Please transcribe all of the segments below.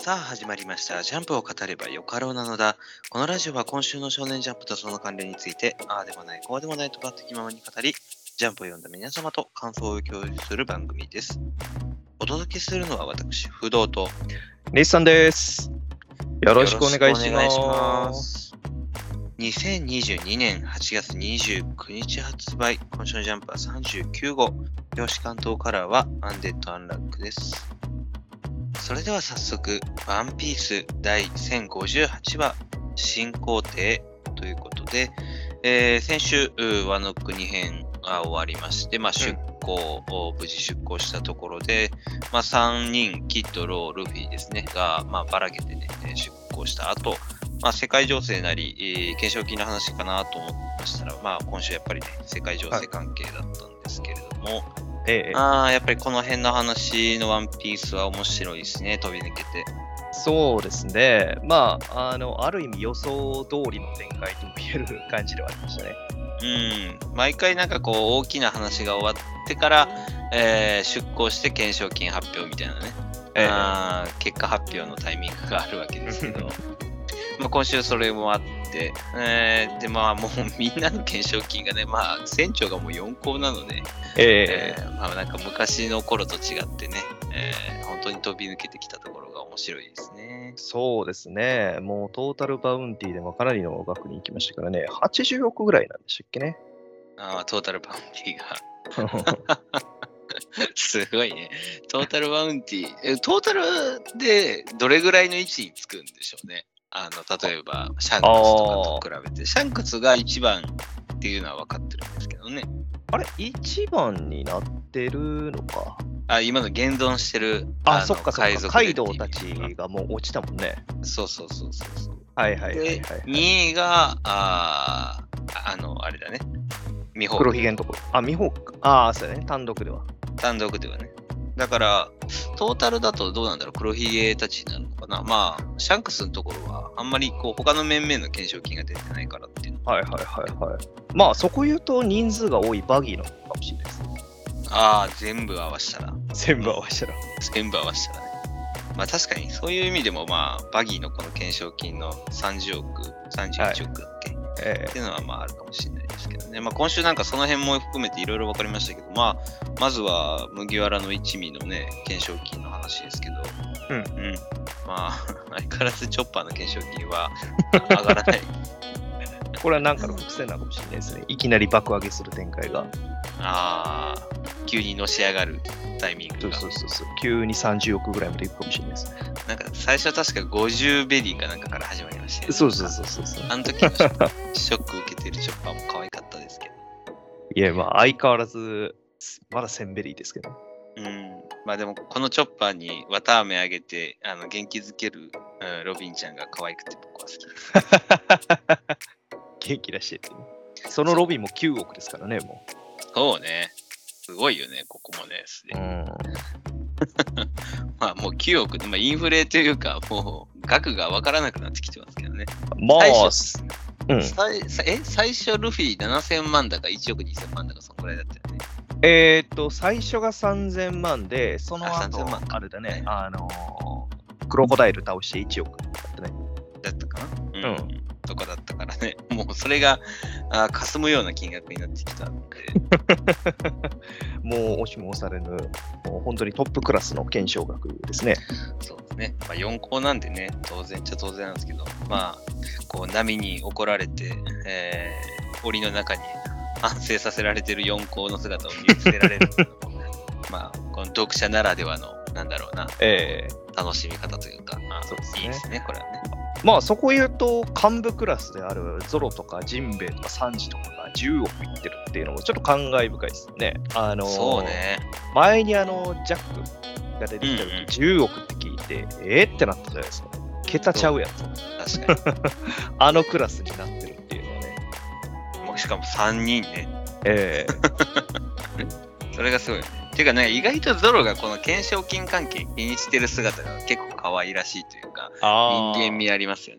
さあ始まりました。ジャンプを語ればよかろうなのだ。このラジオは今週の少年ジャンプとその関連について、ああでもない、こうでもないとかって気ままに語り、ジャンプを読んだ皆様と感想を共有する番組です。お届けするのは私、不動と日産です。よろしくお願いします。 2022年8月29日発売、今週のジャンプは39号、表紙関東カラーはアンデッド・アンラックです。それでは早速、ワンピース第1058話新工程ということで、先週、ワノ国編が終わりまして、出航、無事出航したところで、3人、キッド、ロー、ルフィですね、が、ばらけてね、出航した後、世界情勢なり、懸賞金の話かなと思いましたら、今週やっぱりね、世界情勢関係だったんですけれども、やっぱりこの辺の話のワンピースは面白いですね、飛び抜けて。 そうですね。ある意味予想通りの展開とも言える感じではありましたね。 毎回なんかこう大きな話が終わってから、出航して懸賞金発表みたいなね、結果発表のタイミングがあるわけですけど、今週それもあって、でもうみんなの懸賞金がね、船長がもう4校なので、なんか昔の頃と違ってね、本当に飛び抜けてきたところが面白いですね。 そうですね。もうトータルバウンティーでもかなりの額に行きましたからね、80億ぐらいなんでしたっけね。 トータルバウンティーが。すごいね。トータルバウンティー。トータルでどれぐらいの位置につくんでしょうね。例えば、シャンクスとかと比べて。シャンクスが1番っていうのは分かってるんですけどね。 あれ、1番になってるのか。 今の現存してる、 そっか、カイドウたちがもう落ちたもんね。 そう。 はい。 で、2位が、あれだね。ミホーク。 黒ひげのところ。ミホーク。そうだね。単独ではね。だから、トータルだとどうなんだろう、黒ひげたちになるのかな。シャンクスのところは、あんまり他の面々の懸賞金が出てないからっていうの。 はい。そこ言うと人数が多いバギーのかもしれないですね。 全部合わせたら。 全部合わせたらね。確かに、そういう意味でも、バギーのこの懸賞金の30億、31億だっけ、っていうのはあるかもしれないですけどね。今週なんかその辺も含めていろいろ分かりましたけど、まずは麦わらの一味のね、懸賞金の話ですけど、相変わらずチョッパーの懸賞金は上がらない。 これはなんかの伏線なのかもしれないですね。いきなり爆上げする展開が。 急にのし上がるタイミングが。 そう。急に30億ぐらいまでいくかもしれないです。 なんか最初は確か50ベリーかなんかから始まりましたよね。 そう。 あの時のショック受けてるチョッパーも可愛かったですけど。 いや、相変わらず、まだ1000ベリーですけど。 でも、このチョッパーに綿あめあげて、元気づける、ロビンちゃんが可愛くて僕は好き。 元気出してってね。そのロビンも9億ですからね、もう。 そうね。すごいよね、ここもね、すでに。もう9億、インフレというか、もう額が分からなくなってきてますけどね。最初ルフィ7000万だか1億2000万だかそのくらいだったよね。 最初が3000万で、その後、あれだね、クロコダイル倒して1億だったね。 だったかな？とかだったからね、もうそれが霞むような金額になってきたので。 もう押しも押されぬ、もう本当にトップクラスの懸賞額ですね。 そうですね。4校なんでね、当然っちゃ当然なんですけど、波に怒られて、檻の中に反省させられてる4校の姿を見せられるこの読者ならではの、楽しみ方というか、 そうですね。 いいですね、これはね。 そこ言うと、幹部クラスであるゾロとかジンベエとかサンジとかが10億いってるっていうのもちょっと感慨深いですね。 そうね。 前にジャックが出てきた時、10億って聞いて、ってなったじゃないですか。桁ちゃうやつ。 確かに。 あのクラスになってるっていうのはね。 しかも3人ね。それがすごい。ていうかね、意外とゾロがこの懸賞金関係気にしてる姿が結構可愛らしいというか、人間味ありますよね。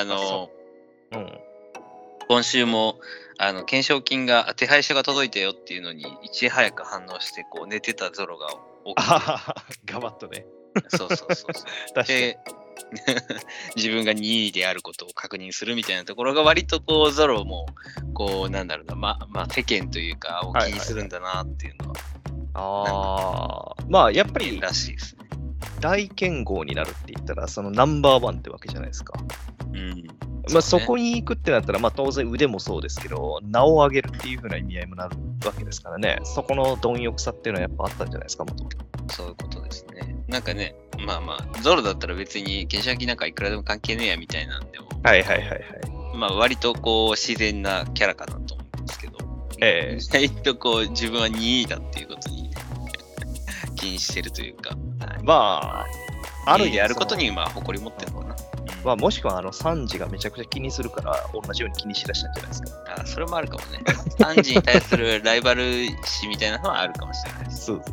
今週も懸賞金が手配書が届いたよっていうのにいち早く反応して寝てたゾロが起きてガバッとねそうそうそうそう。 確かに。 で、自分が2位であることを確認するみたいなところが割とこうゾロもこうなんだろうな、まあ世間というかを気にするんだなっていうのは、 ああ、まあやっぱりらしいですね。 大剣豪になるって言ったら、そのナンバーワンってわけじゃないですか。 うん。 まあそこに行くってなったら、まあ当然腕もそうですけど、名を上げるっていう風な意味合いもなるわけですからね。そこの貪欲さっていうのはやっぱあったんじゃないですか、もともと。 そういうことですね。なんかね、ゾロだったら別に剣先なんかいくらでも関係ねえやみたいなんでも、 はいはいはいはい。 割とこう自然なキャラかなと思うんですけど、意外とこう自分は2位だっていうことに気にしてるというか、 まあ、ある 2位であることに誇り持ってるのかな。 まあ、もしくはサンジがめちゃくちゃ気にするから同じように気にしだしたんじゃないですか。 あ、それもあるかもね。サンジに対するライバル視みたいなのはあるかもしれないです。 そうそう。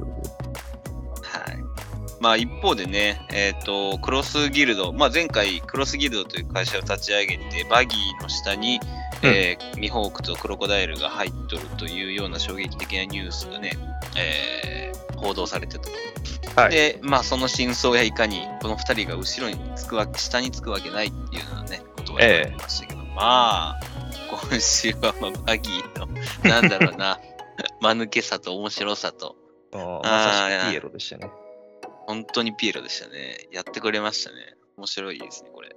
はい。一方でね、クロスギルド、前回クロスギルドという会社を立ち上げて、バギーの下に、ミホークとクロコダイルが入っとるというような衝撃的なニュースがね、報道されてたと。 はい、 で、その真相やいかに、この2人が後ろにつくわけ、下につくわけないっていうようなね、言葉がありましたけど、今週はバギーの、なんだろうな、間抜けさと面白さと、 まさしくピエロでしたね。 本当にピエロでしたね。やってくれましたね。面白いですね、これ。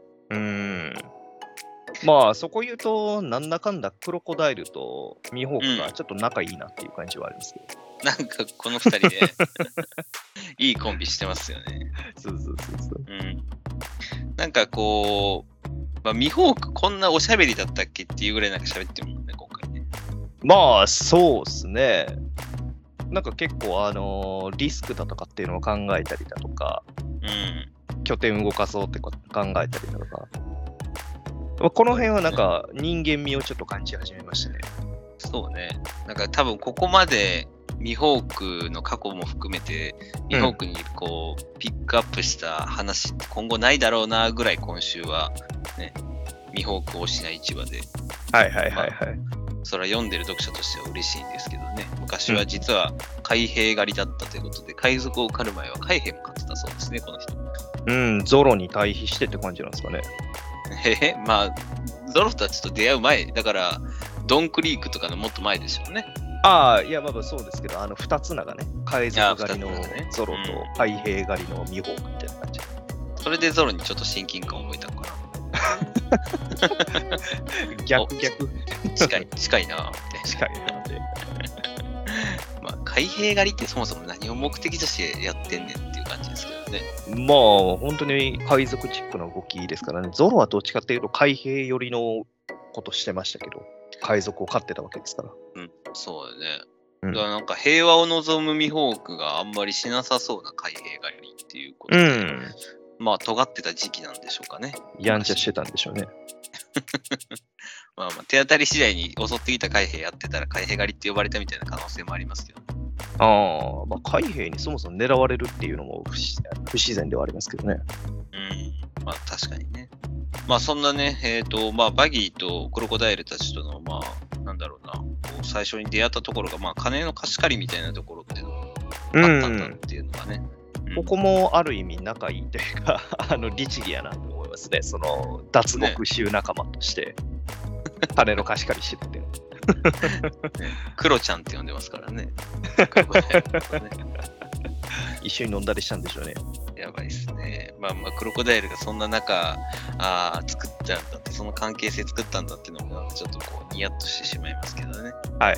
まあ、そこ言うと、なんだかんだクロコダイルとミホークがちょっと仲いいなっていう感じはありますけど。 なんかこの2人でいいコンビしてますよね。 そうそうそうそう。 なんかこう、ミホークこんなおしゃべりだったっけっていうぐらいなんか喋ってるもんね、今回ね。 まあ、そうですね。なんか結構リスクだとかっていうのを考えたりだとか、拠点動かそうって考えたりだとか、この辺はなんか人間味をちょっと感じ始めましたね。 そうね。なんか多分ここまでミホークの過去も含めて、ミホークにこうピックアップした話って今後ないだろうなぐらい今週はね、ミホーク推しな市場で。 はいはいはいはい。 それは読んでる読者としては嬉しいんですけどね。昔は実は海兵狩りだったということで、海賊を狩る前は海兵も狩ってたそうですね、この人。 ゾロに対比してって感じなんですかね。 ゾロたちと出会う前、だから、ドンクリークとかのもっと前でしょうね。 いや、そうですけど、二つ名がね、海賊狩りのゾロと海兵狩りのミホークみたいな感じ。 それでゾロにちょっと親近感を覚えたのかな。 逆。 近いな近いなって。 海兵狩りってそもそも何を目的としてやってんねんっていう感じですけどね。 本当に海賊チックな動きですからね。ゾロはどっちかっていうと海兵寄りのことしてましたけど、海賊を飼ってたわけですから。 そうだね。だからなんか平和を望むミホークがあんまりしなさそうな海兵狩りっていうことで、尖ってた時期なんでしょうかね。 やんちゃしてたんでしょうね。 手当たり次第に襲ってきた海兵やってたら海兵狩りって呼ばれたみたいな可能性もありますけど。 海兵にそもそも狙われるっていうのも不自然ではありますけどね。 確かにね。そんなね、バギーとクロコダイルたちとの、最初に出会ったところが、金の貸し借りみたいなところっていうのがあったんだっていうのがね。 ここもある意味仲いいというか、律儀やなと思いますね。その、脱獄衆仲間として、金の貸し借りしてるっていうの。 クロちゃんって呼んでますからね。 一緒に飲んだりしたんでしょうね。 やばいっすね。クロコダイルがそんな中、作ったんだって、その関係性作ったんだっていうのも、ちょっとこう、ニヤッとしてしまいますけどね。 はい。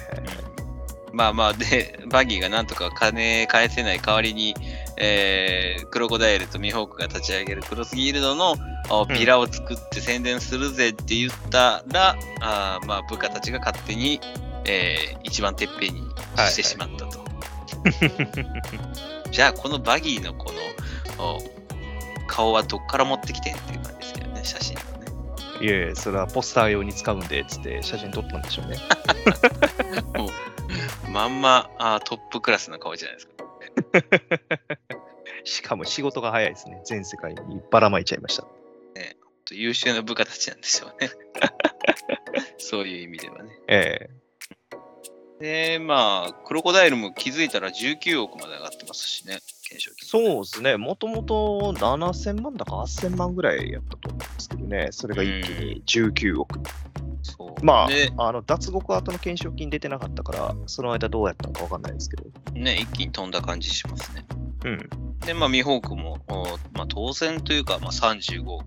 で、バギーがなんとか金返せない代わりに、クロコダイルとミホークが立ち上げるクロスギルドのビラを作って宣伝するぜって言ったら、部下たちが勝手に、一番てっぺんにしてしまったと。じゃあ、このバギーのこの顔はどっから持ってきてんっていう感じですけどね、写真のね。 いえ、それはポスター用に使うんで、つって写真撮ったんでしょうね。 もうまんまトップクラスな顔じゃないですか。 しかも仕事が早いですね。全世界にばらまいちゃいました。 優秀な部下たちなんでしょうね。そういう意味ではね。で、クロコダイルも気づいたら19億まで上がってますしね。 懸賞金。 そうですね。もともと7000万だか8000万ぐらいやったと思うんですけどね。それが一気に19億。 そうまであ、脱獄後の懸賞金出てなかったから、その間どうやったのかわかんないですけど。 ね、一気に飛んだ感じしますね。 うん。 で、まあ、ミホークも、まあ、当選というか、まあ、35億。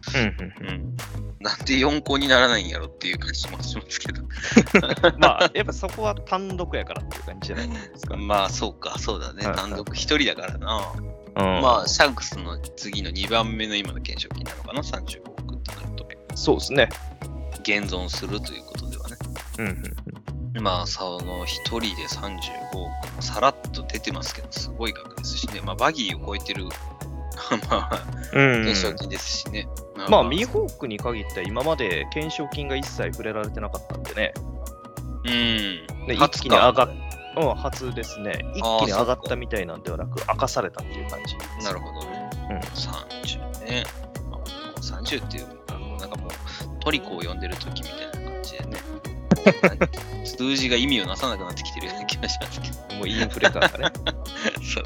なんで4校にならないんやろっていう感じもしますけど。 まあ、やっぱそこは単独やからっていう感じじゃないですか。 まあ、そうか、そうだね。単独1人だからな。 ままあ、シャンクスの次の2番目の今の懸賞金なのかな、35億ってなると。 そうですね。 現存するということではね。まあ、その1人で35億、さらっと出てますけど、すごい額ですしね。まあ、バギーを超えてる、まあ、懸賞金ですしね。 まあ、ミホークに限って今まで懸賞金が一切触れられてなかったんでね。で一気に上がっ初ですね。一気に上がったみたいなんではなく、明かされたっていう感じ。 なるほどね。30ね。30っていうのが、なんかもうトリコを呼んでる時みたいな感じでね。数字が意味をなさなくなってきてるような気がしますけど。 もうインフレ感がね。 そう。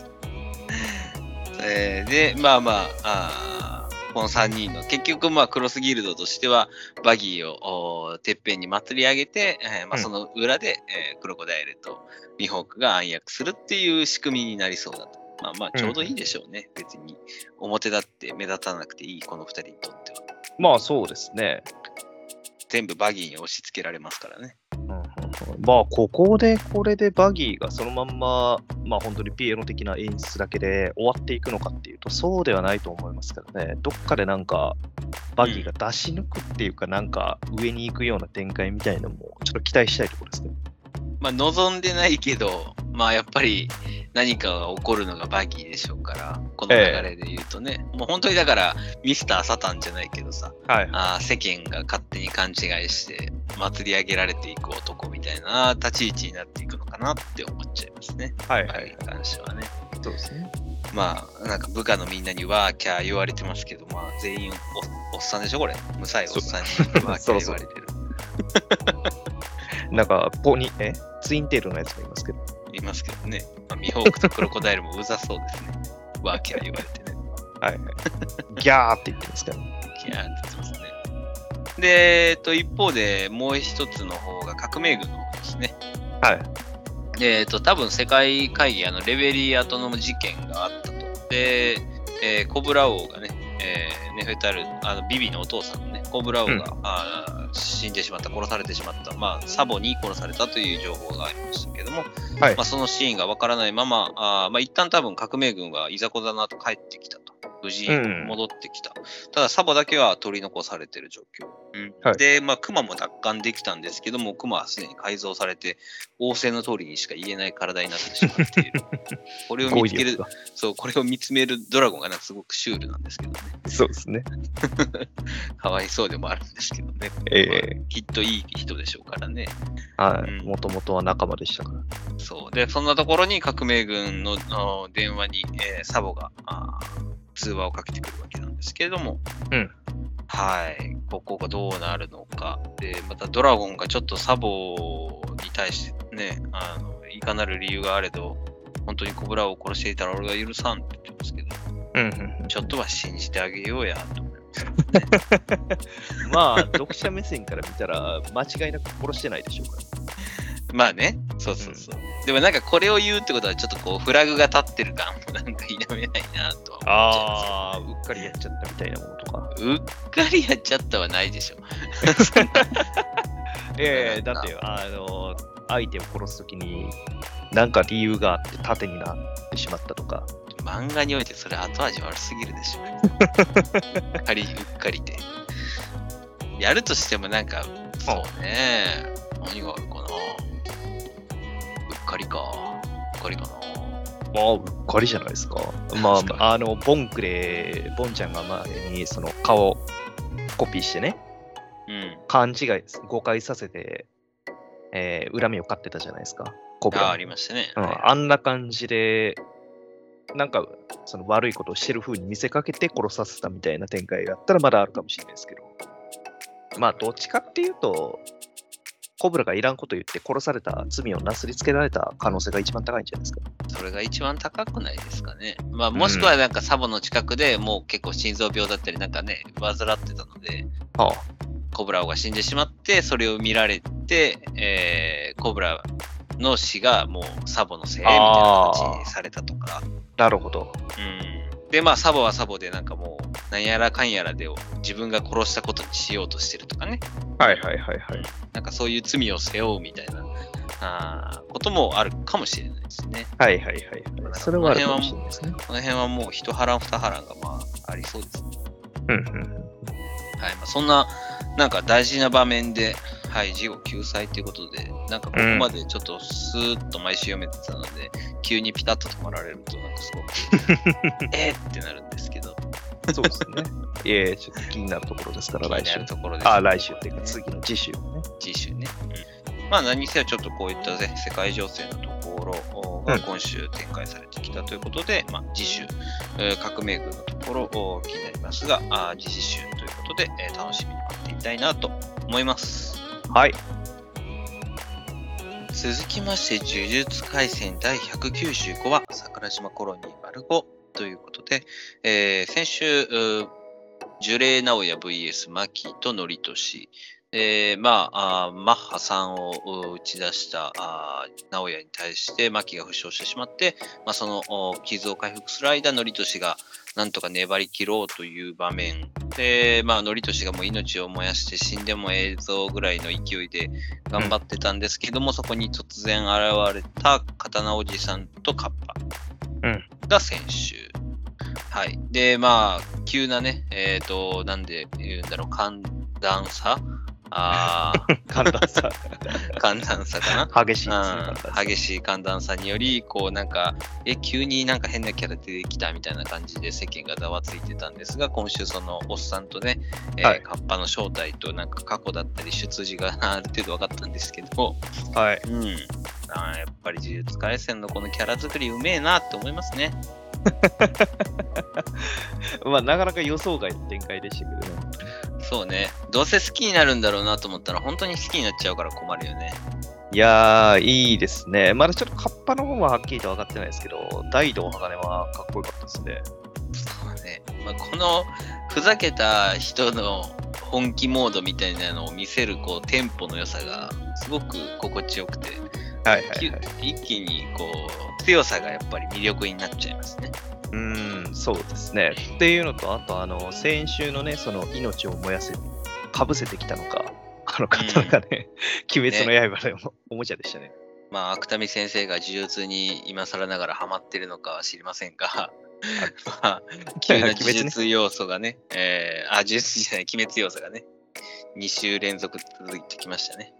で、まあ、この3人の、結局、まあ、クロスギルドとしては、バギーをてっぺんに祭り上げて、まあ、その裏で、クロコダイルとミホークが暗躍するっていう仕組みになりそうだと。まあ、ちょうどいいでしょうね。別に、表立って目立たなくていい、この2人にとっては。 まあ、そうですね。 全部バギーに押し付けられますからね。 まあ、これでバギーがそのまんま、まあ本当にピエロ的な演出だけで終わっていくのかっていうと、そうではないと思いますからね。どっかでなんか、バギーが出し抜くっていうか、なんか上に行くような展開みたいなのも、ちょっと期待したいところですね。 まあ、望んでないけど、まあやっぱり何かが起こるのがバギーでしょうから、この流れで言うとね、もう本当にだからミスターサタンじゃないけどさ、世間が勝手に勘違いして祭り上げられていく男みたいな立ち位置になっていくのかなって思っちゃいますね。バギーに関してはね。 そうですね。 まあなんか部下のみんなにワーキャー言われてますけど、まあ全員おっさんでしょこれ。無才おっさんにワーキャー言われてる。 なんかツインテールのやつもいますけど。 いますけどね。まあ、ミホークとクロコダイルもうざそうですね。ワーキャー言われてね。 ギャーって言ってますからね。 ギャーって言ってますね。で、一方でもう一つの方が革命軍の方ですね。多分世界会議、レベリアトノム事件があったと。で、コブラ王がね、ネフェタル、ビビのお父さんのね、コブラ王が、死んでしまった、殺されてしまった、まあ、サボに殺されたという情報がありましたけども、まあ、そのシーンがわからないまま、まあ、一旦多分革命軍はいざこざの後帰ってきたと。無事戻ってきた。ただ、サボだけは取り残されている状況。で、まあ、クマも奪還できたんですけども、クマはすでに改造されて、仰せの通りにしか言えない体になってしまっている。これを見つける、これを見つめるドラゴンがなんかすごくシュールなんですけどね。 そうですね。 かわいそうでもあるんですけどね。きっといい人でしょうからね。 もともとは仲間でしたから。 そう。で、そんなところに革命軍の電話に、サボが通話をかけてくるわけなんですけれども、ここがどうなるのか。で、またドラゴンがちょっとサボに対してね、いかなる理由があれど、本当にコブラを殺していたら俺が許さんって言ってますけど、ちょっとは信じてあげようやと思います、ね。 まあ、読者目線から見たら間違いなく殺してないでしょうから。 まあね、そう。でもなんかこれを言うってことはちょっとこうフラグが立ってる感もなんか否めないなとは思っちゃいます。 うっかりやっちゃったみたいなものとか。 うっかりやっちゃったはないでしょ。 だって相手を殺すときになんか理由があって盾になってしまったとか。 漫画においてそれ後味悪すぎるでしょ。うっかりで。やるとしてもなんか、そうね。何があるかな。うっかりかな。 まあ、うっかりじゃないですか。まあ、ボンちゃんが前にその顔コピーしてね、勘違い、誤解させて、恨みを買ってたじゃないですか。 ありましたね。 あんな感じで、なんか、その悪いことをしてる風に見せかけて殺させたみたいな展開があったらまだあるかもしれないですけど。まあ、どっちかっていうと、 コブラがいらんこと言って殺された罪をなすりつけられた可能性が一番高いんじゃないですか。 それが一番高くないですかね。まあ、もしくはなんかサボの近くでもう結構心臓病だったりなんかね、患ってたので、コブラが死んでしまって、それを見られて、コブラの死がもうサボのせいみたいな形にされたとか。 なるほど。 で、まあ、サボはサボでなんかもう、なんやらかんやらで自分が殺したことにしようとしてるとかね。 はい。 なんかそういう罪を背負うみたいなこともあるかもしれないですね。 はい。それはあるかもしれないですね。 この辺はもう一波乱二波乱がまあありそうですね。はい。まあ、そんな、なんか大事な場面で、はい、事後救済ということで、なんかここまでちょっとスーッと毎週読めてたので、急にピタッと止まられると、なんかすごく、ってなるんですけど。 そうですね。ちょっと気になるところですから、来週。 気になるところですね。 来週っていうか、次の次週ね。 次週ね。まあ何にせよちょっとこういった、ね、世界情勢のところが今週展開されてきたということで、まあ次週、革命軍のところ気になりますが、次週ということで、楽しみに待っていたいなと思います。 はい。 続きまして、呪術廻戦第195話、桜島コロニー丸5ということで、先週、呪霊直哉 VS 牧と祝俊。マッハさんを打ち出した直哉に対して牧が負傷してしまって、その傷を回復する間、祝俊がなんとか粘り切ろうという場面で、祝俊がもう命を燃やして死んでも映像ぐらいの勢いで頑張ってたんですけども、そこに突然現れた刀おじさんとカッパが先週。はい。で、急なね、なんで言うんだろう、寒暖差寒暖差。 寒暖差かな激しいですね。 激しい寒暖差により、こうなんか、急になんか変なキャラ出てきたみたいな感じで世間がざわついてたんですが、今週そのおっさんとね、カッパの正体となんか過去だったり出自がある程度分かったんですけど、 はい。 やっぱり呪術廻戦のこのキャラ作りうめえなって思いますね。 なかなか予想外の展開でしたけどね。 そうね。どうせ好きになるんだろうなと思ったら本当に好きになっちゃうから困るよね。 いやー、いいですね。まだちょっとカッパの方ははっきりと分かってないですけど、大道鋼はかっこよかったですね。 そうね。このふざけた人の本気モードみたいなのを見せるこうテンポの良さがすごく心地よくて、一気にこう強さがやっぱり魅力になっちゃいますね。 そうですね。っていうのと、あと先週のね、その命を燃やせる、かぶせてきたのか、刀がね、鬼滅の刃のおもちゃでしたね。 芥見先生が呪術に今更ながらハマってるのかは知りませんが、急な呪術要素がね、呪術じゃない、鬼滅要素がね、2週連続続いてきましたね。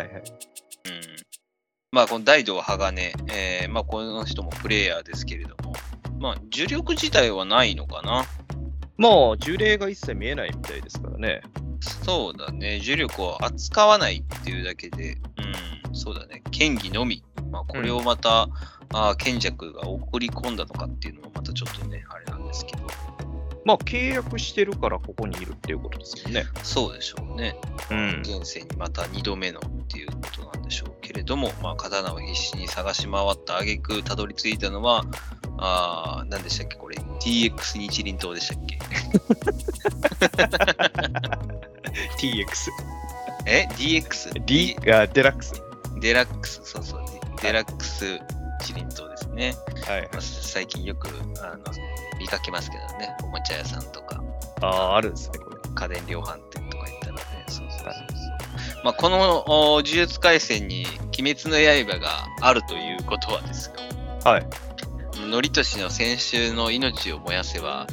この大道鋼、この人もプレイヤーですけれども、呪力自体はないのかな。 呪霊が一切見えないみたいですからね。 そうだね。呪力を扱わないっていうだけで、そうだね。剣技のみ。これをまた、賢弱が送り込んだのかっていうのもまたちょっとね、あれなんですけど。 契約してるからここにいるっていうことですよね。 そうでしょうね。現世にまた2度目のっていうことなんでしょうけれども、刀を必死に探し回った挙句たどり着いたのは、何でしたっけこれ TX 日輪刀でしたっけ TX DX? D がデラックス。 デラックス、そうそう、デラックス日輪刀ですね。最近よく見かけますけどね、おもちゃ屋さんとか。 あるんですね、これ。 家電量販店とか行ったらね、この呪術廻戦に鬼滅の刃があるということはですよ。祝俊の先週の命を燃やせば、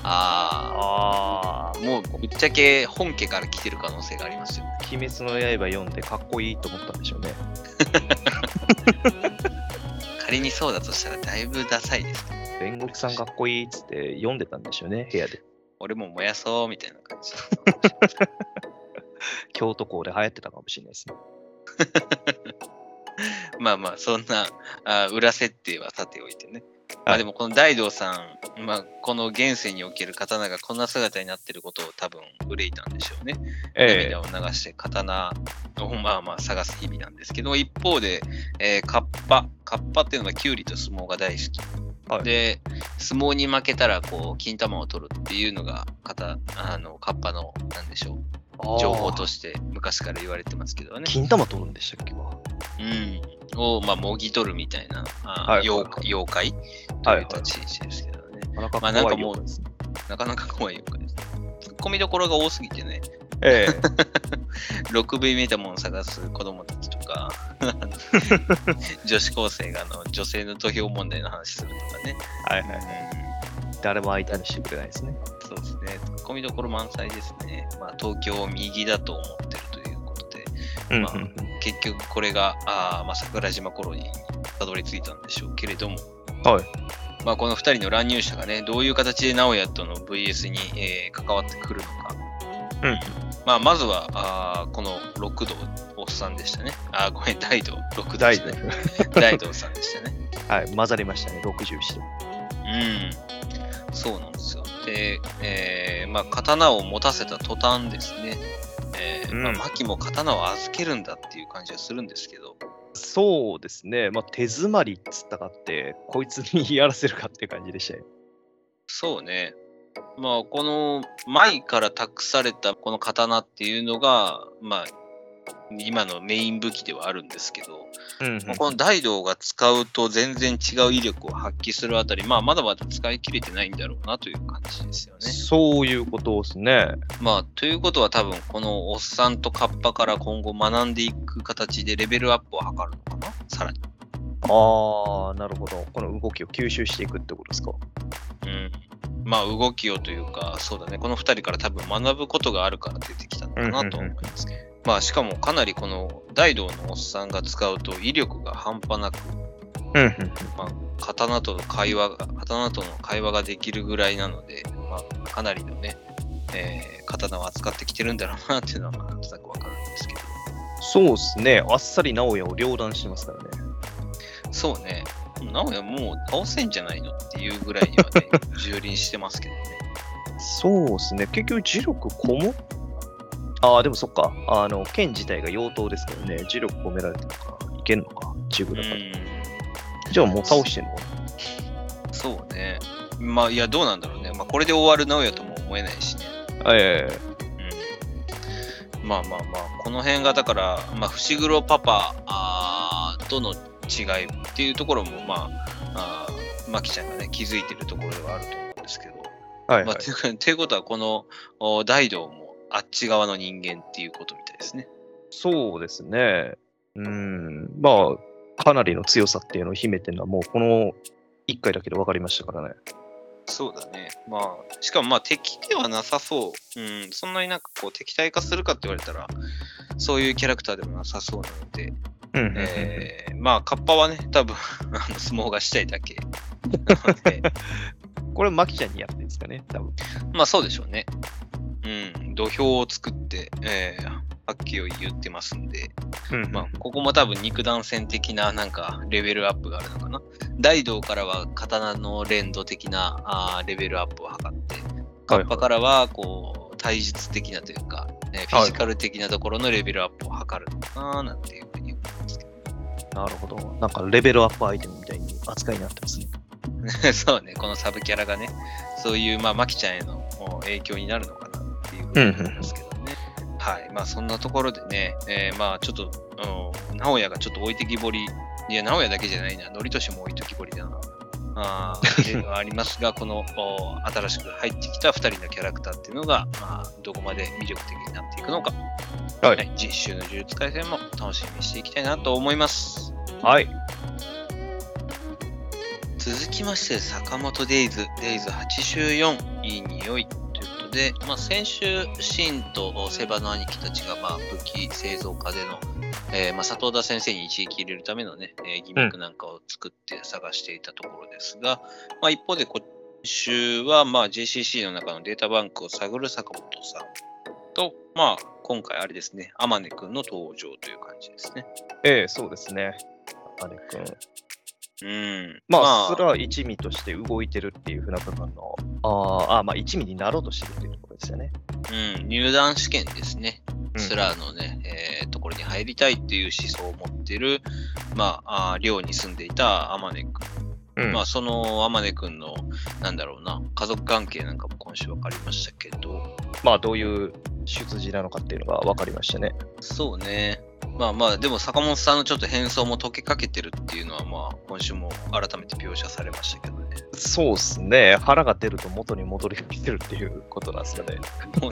もうぶっちゃけ本家から来てる可能性がありますよ。 鬼滅の刃読んでかっこいいと思ったんでしょうね。 仮にそうだとしたらだいぶダサいですね。 煉獄さんかっこいいっつって読んでたんでしょうね、部屋で。 俺も燃やそうみたいな感じ。 京都校で流行ってたかもしれないですね。 そんな裏設定はさておいてね。 まあでもこの大道さん、まあこの現世における刀がこんな姿になってることを多分憂いたんでしょうね。涙を流して刀をまあ探す日々なんですけど、一方で、カッパっていうのはキュウリと相撲が大好き。はい、で、相撲に負けたらこう金玉を取るっていうのがカッパのなんでしょう。情報として昔から言われてますけどね。 金玉取るんでしたっけ？ をもぎ取るみたいな、妖怪という立ち位置ですけどね。 なかなか怖い妖怪ですね。 なかなか怖い妖怪です。ツッコミどころが多すぎてね。6部見たものを探す子供たちとか、女子高生が女性の投票問題の話するとかね。 誰も相手にしてくれないですね。 そうですね。ツッコミどころ満載ですね。東京を右だと思ってるということで、結局これが桜島コロニーにたどり着いたんでしょうけれども、この2人の乱入者がね、どういう形で直哉との VS に、関わってくるのか。まずはこの六道おっさんでしたね。大道六道ですね。大道さんでしたね。 はい、混ざりましたね、60して。 そうなんですよ。で、刀を持たせた途端ですね、牧も刀を預けるんだっていう感じがするんですけど。 そうですね、手詰まりっつったかって、こいつにやらせるかっていう感じでしたよ。 そうね。この前から託されたこの刀っていうのが、今のメイン武器ではあるんですけど、この大道が使うと全然違う威力を発揮するあたり、まだまだ使い切れてないんだろうなという感じですよね。 そういうことですね。 ということは多分このおっさんとカッパから今後学んでいく形でレベルアップを図るのかな、さらに。 なるほど。この動きを吸収していくってことですか。 動きをというか、そうだね、この2人から多分学ぶことがあるから出てきたのかなと思いますけど、しかもかなりこの大道のおっさんが使うと威力が半端なく、刀との会話ができるぐらいなので、かなりのね、刀を扱ってきてるんだろうなっていうのはなんとなくわかるんですけど。 そうですね、あっさり直哉を両断してますからね。 そうね。直哉もう倒せんじゃないのっていうぐらいにはね、蹂躙してますけどね。 そうですね。結局、磁力こもでもそっか。剣自体が妖刀ですからね。磁力込められてるからいけんのか。ジグだから。じゃあもう倒してんの？ そうね。いや、どうなんだろうね。これで終わる直哉とも思えないしね。この辺がだから、伏黒パパとの違いっていうところもマキちゃんがね気づいてるところではあると思うんですけど、ということはこの大道もあっち側の人間っていうことみたいですね。 そうですね。かなりの強さっていうのを秘めてるのはもうこの1回だけで分かりましたからね。 そうだね。しかも敵ではなさそう。そんなになんかこう敵対化するかって言われたらそういうキャラクターでもなさそうなので。カッパはね、多分相撲がしたいだけなので。 これ、マキちゃんにやってるんですかね、多分。 そうでしょうね。土俵を作って、はっきり言ってますんで、ここも多分肉弾戦的ななんかレベルアップがあるのかな。大道からは刀の連動的なレベルアップを図って、カッパからはこう体術的なというか、フィジカル的なところのレベルアップを図るのかななんていうふうに思いますけど。 なるほど。なんかレベルアップアイテムみたいに扱いになってますね。 そうね、このサブキャラがね、そういうマキちゃんへの影響になるのかなっていうふうに思いますけどね。そんなところでね、ちょっと、直哉がちょっと置いてきぼり、いや、直哉だけじゃないな、則俊も置いてきぼりだな。ありますが、この新しく入ってきた2人のキャラクターっていうのが、どこまで魅力的になっていくのか、実習の呪術廻戦も楽しみにしていきたいなと思います。続きまして、坂本デイズ84、いい匂いということで、先週、シンとセバの兄貴たちが武器製造家での、佐藤田先生に一撃入れるためのね、ギミックなんかを作って探していたところですが、一方で今週はJCC の中のデータバンクを探る坂本さんと、今回あれですね、天音くんの登場という感じですね。 そうですね。天音くん。 まあ、それは一味として動いてるっていうふうな部分の、まあ一味になろうとしてるっていうところですよね。 入団試験ですね。スラーのね、ところに入りたいっていう思想を持ってる、寮に住んでいた天音くん。その天音くんの、家族関係なんかも今週分かりましたけど。 どういう出自なのかっていうのが分かりましたね。 そうね。でも坂本さんのちょっと変装も解けかけてるっていうのは、今週も改めて描写されましたけどね。 そうっすね。腹が出ると元に戻りきてるっていうことなんですかね。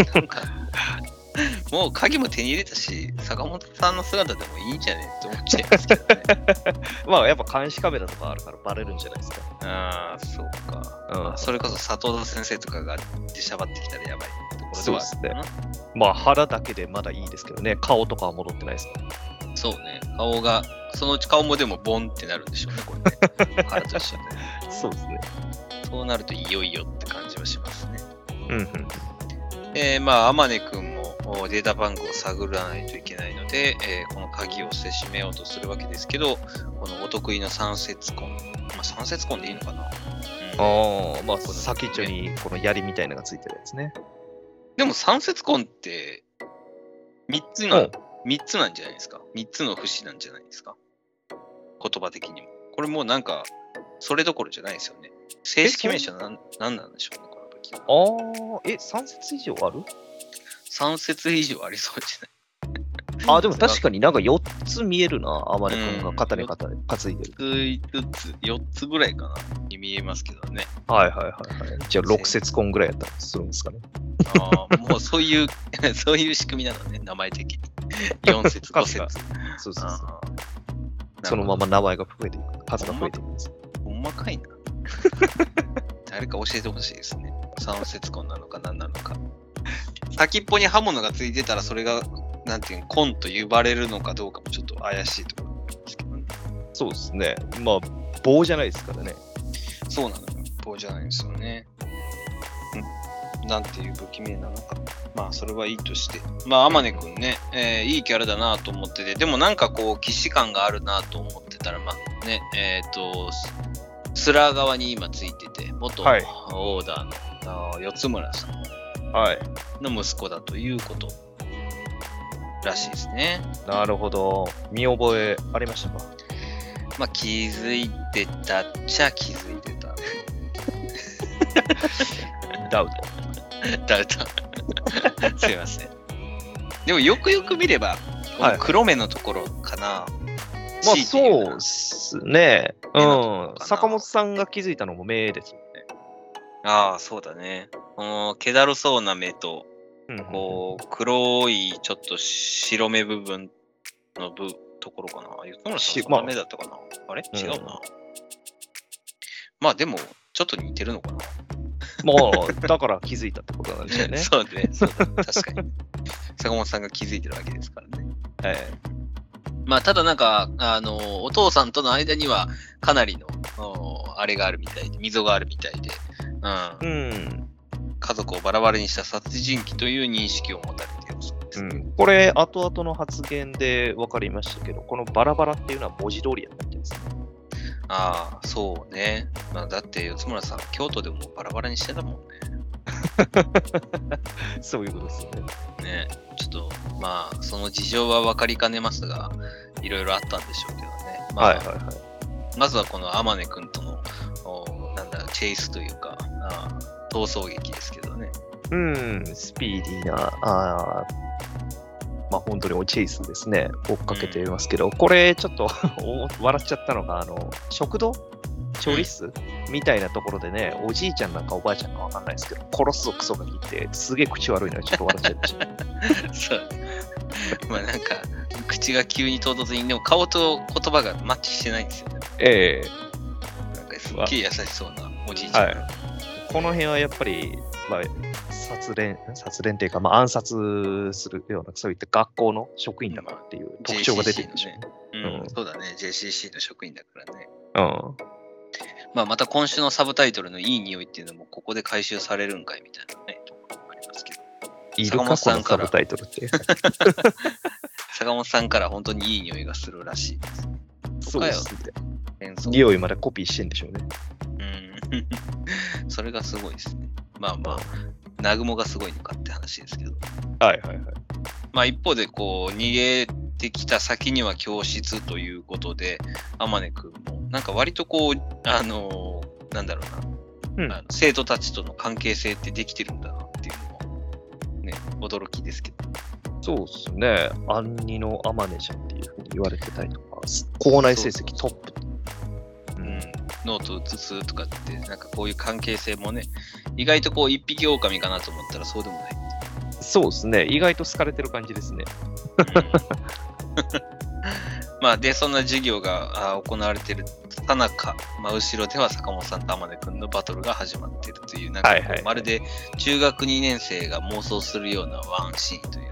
もう鍵も手に入れたし、坂本さんの姿でもいいんじゃねって思っちゃいますけどね。 やっぱ監視カメラとかあるからバレるんじゃないですか。 そうか。それこそ佐藤田先生とかが出しゃばってきたらやばいところではある。 そうですね。腹だけでまだいいですけどね。顔とかは戻ってないですね。 そうね。そのうち顔もでもボンってなるんでしょうね、これね。腹と一緒で。 そうですね。 そうなるといよいよって感じはしますね。天音くんもデータ番号を探らないといけないので、この鍵をせしめようとするわけですけど、このお得意の三節痕。三節痕でいいのかな？ 先っちょにこの槍みたいなのがついてるやつね。 でも三節痕って3つなんじゃないですか。3つの節なんじゃないですか。言葉的にも。これもうそれどころじゃないですよね。正式名称は何なんでしょうね、この時は。 3節以上ある ？3節以上ありそうじゃない？ でも確かに4つ見えるな、天音くんが肩に担いでる。 4つぐらいかなに見えますけどね。 じゃあ6節痕ぐらいやったらするんですかね。 もうそういう仕組みなのね、名前的に。4節、5節。 そう。そのまま名前が増えていく。数が増えていくんです。 ほんまかいな。誰か教えてほしいですね。三節痕なのか何なのか。先っぽに刃物がついてたらそれが痕と呼ばれるのかどうかもちょっと怪しいところなんですけどね。 そうですね。棒じゃないですからね。 そうなのよ。棒じゃないですよね。なんていう不気味なのか。それはいいとして。天音くんね、いいキャラだなと思ってて、でも既視感があるなと思ってたら、スラー側に今ついてて、元オーダーの四つ村さんの息子だということらしいですね。 なるほど。見覚えありましたか？ 気づいてたっちゃ気づいてた。 ダウト。 すいません。でもよくよく見れば、この黒目のところかな。 そうっすね。坂本さんが気づいたのも目ですよね。 そうだね。この気だるそうな目と、黒いちょっと白目部分のところかな。四つ村さんそんな目だったかな。あれ違うな。でも、ちょっと似てるのかな。 だから気づいたってことなんですよね。 そうね。確かに。坂本さんが気づいてるわけですからね。ただお父さんとの間にはかなりの、あれがあるみたいで、溝があるみたいで、家族をバラバラにした殺人鬼という認識を持たれているそうです。 これ、後々の発言で分かりましたけど、このバラバラっていうのは文字通りやったんですね。 そうね。だって四つ村さん、京都でもバラバラにしてたもんね。 そういうことですよね。 ね、ちょっとその事情は分かりかねますが、いろいろあったんでしょうけどね。まずはこの天音くんとのチェイスというか逃走劇ですけどね。 スピーディーな本当にチェイスですね。追っかけていますけど、これちょっと笑っちゃったのが食堂調理室みたいなところでね、おじいちゃんなんかおばあちゃんかわかんないですけど、殺すぞクソガキってすげえ口悪いのにちょっと笑っちゃいました。 そう。口が急に唐突に、でも顔と言葉がマッチしてないんですよね。すっげえ優しそうなおじいちゃん。 この辺はやっぱり、殺練っていうか、暗殺するような、そういった学校の職員だからっていう特徴が出てるんでしょうね。 そうだね、JCC の職員だからね。また今週のサブタイトルのいい匂いっていうのもここで回収されるんかいみたいなね、ところもありますけど。 いるか、このサブタイトルって。 坂本さんから本当にいい匂いがするらしいです。 そうですね。 匂いまでコピーしてんでしょうね。 それがすごいですね。まあまあ、南雲がすごいのかって話ですけど。 はいはいはい。 まあ一方でこう逃げてきた先には教室ということで、天音くんもなんか割とこうなんだろうな、生徒たちとの関係性ってできてるんだなっていうのもね驚きですけど。 そうですね。暗二の天音ちゃんっていうふうに言われてたりとか、校内成績トップ。 ノート写すとかってなんかこういう関係性もね、意外とこう一匹狼かなと思ったらそうでもない。 そうですね。意外と好かれてる感じですね。 まあでそんな授業が行われているさなか、後ろでは坂本さんと天音くんのバトルが始まっているという、なんかまるで中学2年生が妄想するようなワンシーンという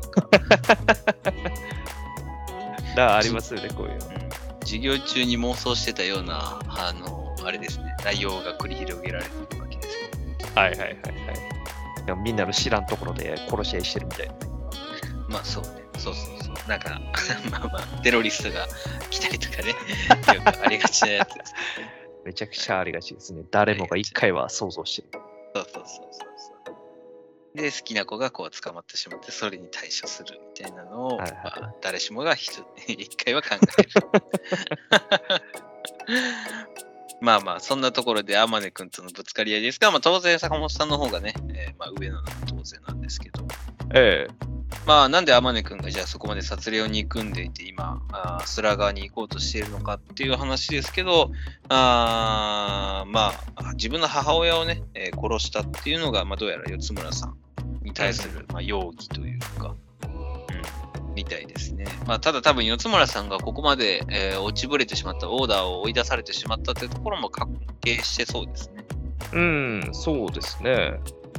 か。 ありますよね、こういうの。 授業中に妄想してたようなあれですね、内容が繰り広げられているわけですね。 はいはいはいはい。でもみんなの知らんところで殺し合いしてるみたいな。 まあそうね、そう。なんかテロリストが来たりとかね、よくありがちなやつです。 めちゃくちゃありがちですね。誰もが一回は想像してる。 そう。で、好きな子がこう捕まってしまって、それに対処するみたいなのを、誰しもが一回は考える。まあそんなところで天音くんとのぶつかり合いですが、当然坂本さんの方がね、上なのは当然なんですけど。なんで天音くんがじゃあそこまで殺霊を憎んでいて、今、スラ側に行こうとしているのかっていう話ですけど、自分の母親をね、殺したっていうのが、どうやら四つ村さんに対する、容疑というか、みたいですね。ただ多分四つ村さんがここまで、落ちぶれてしまったオーダーを追い出されてしまったっていうところも関係してそうですね。 そうですね。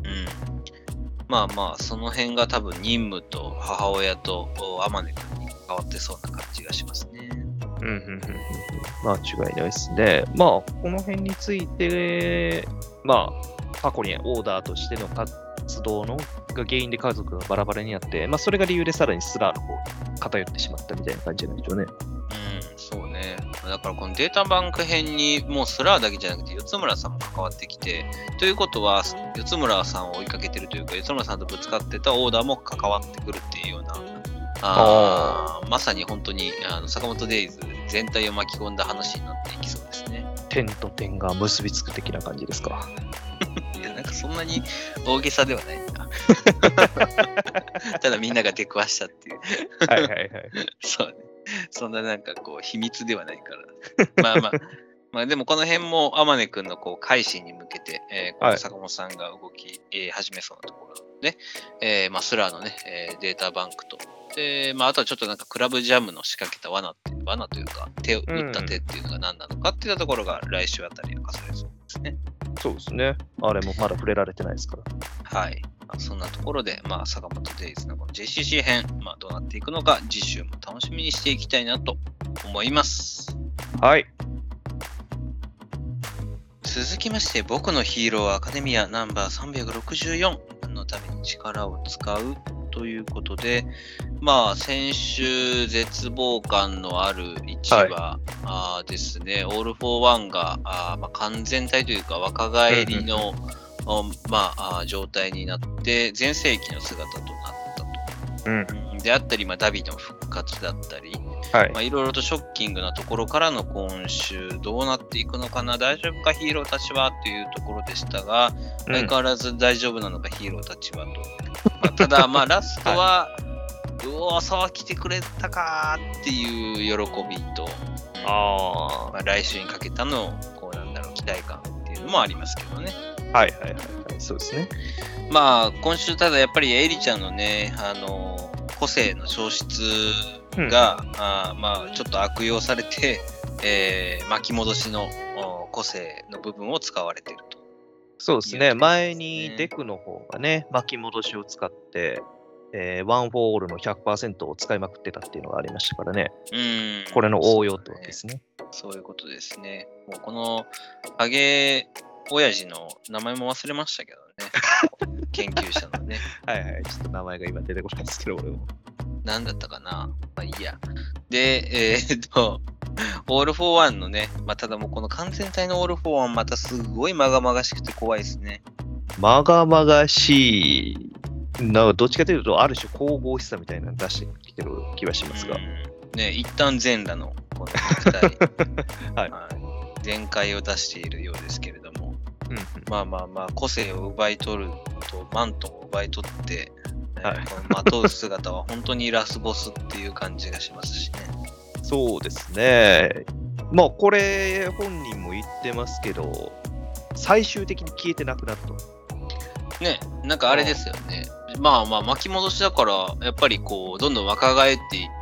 その辺が多分任務と母親と天音くんに変わってそうな感じがしますね。 間違いないですね。この辺について、過去にオーダーとしての活動が原因で家族がバラバラになって、それが理由でさらにスラーの方に偏ってしまったみたいな感じなんでしょうね。 そうね。だからこのデータバンク編にもうスラーだけじゃなくて四つ村さんも関わってきて、ということは四つ村さんを追いかけてるというか、四つ村さんとぶつかってたオーダーも関わってくるっていうような、まさに本当に坂本デイズ全体を巻き込んだ話になっていきそうですね。 点と点が結びつく的な感じですか。 いや、なんかそんなに大げさではないな。ただみんなが出くわしたっていう。そうね。そんななんかこう秘密ではないから。でもこの辺も天音くんのこう改心に向けて、この坂本さんが動き、始めそうなところで、スラーのね、データバンクと、あとはちょっとなんかクラブジャムの仕掛けた罠というか、打った手っていうのが何なのかっていうところが来週あたり明かされそうですね。 そうですね。あれもまだ触れられてないですから。 はい。そんなところで、坂本デイズのこの JCC 編、どうなっていくのか、次週も楽しみにしていきたいなと思います。 はい。 続きまして、僕のヒーローアカデミアナンバー364のために力を使うということで、先週絶望感のある1話、ですね、オール・フォー・ワンが完全体というか若返りの、状態になって全盛期の姿となったと。であったり、ダビの復活だったり、いろいろとショッキングなところからの今週どうなっていくのかな、大丈夫かヒーローたちはというところでしたが、相変わらず大丈夫なのかヒーローたちはと。ただラストは、うおそう来てくれたかっていう喜びと、来週にかけたの期待感っていうのもありますけどね。 そうですね。 今週ただやっぱりエリちゃんのね、個性の消失が、ちょっと悪用されて、巻き戻しの個性の部分を使われていると。 そうですね。前にデクの方がね、巻き戻しを使って、ワン・フォー・オールの 100% を使いまくってたっていうのがありましたからね。これの応用ってわけですね。 そういうことですね。もうこのハゲ親父の名前も忘れましたけどね。研究者のね。 ちょっと名前が今出てこないですけど、俺も。 何だったかな。いいや。で、 オール・フォー・ワンのね、まあ、ただもうこの完全体のオール・フォー・ワンまたすごいまがまがしくて怖いですね。 まがまがしい、どっちかというと、ある種神々しさみたいなの出してきてる気がしますが。 ね、一旦全裸のこの肉体、 はい全開を出しているようですけれども、まあまあまあ、個性を奪い取ると、マントを奪い取って、このまとう姿は本当にラスボスっていう感じがしますしね。 そうですね。まあ、これ、本人も言ってますけど、最終的に消えてなくなると。 ね、なんかあれですよね。まあまあ、巻き戻しだから、やっぱりこう、どんどん若返っていって、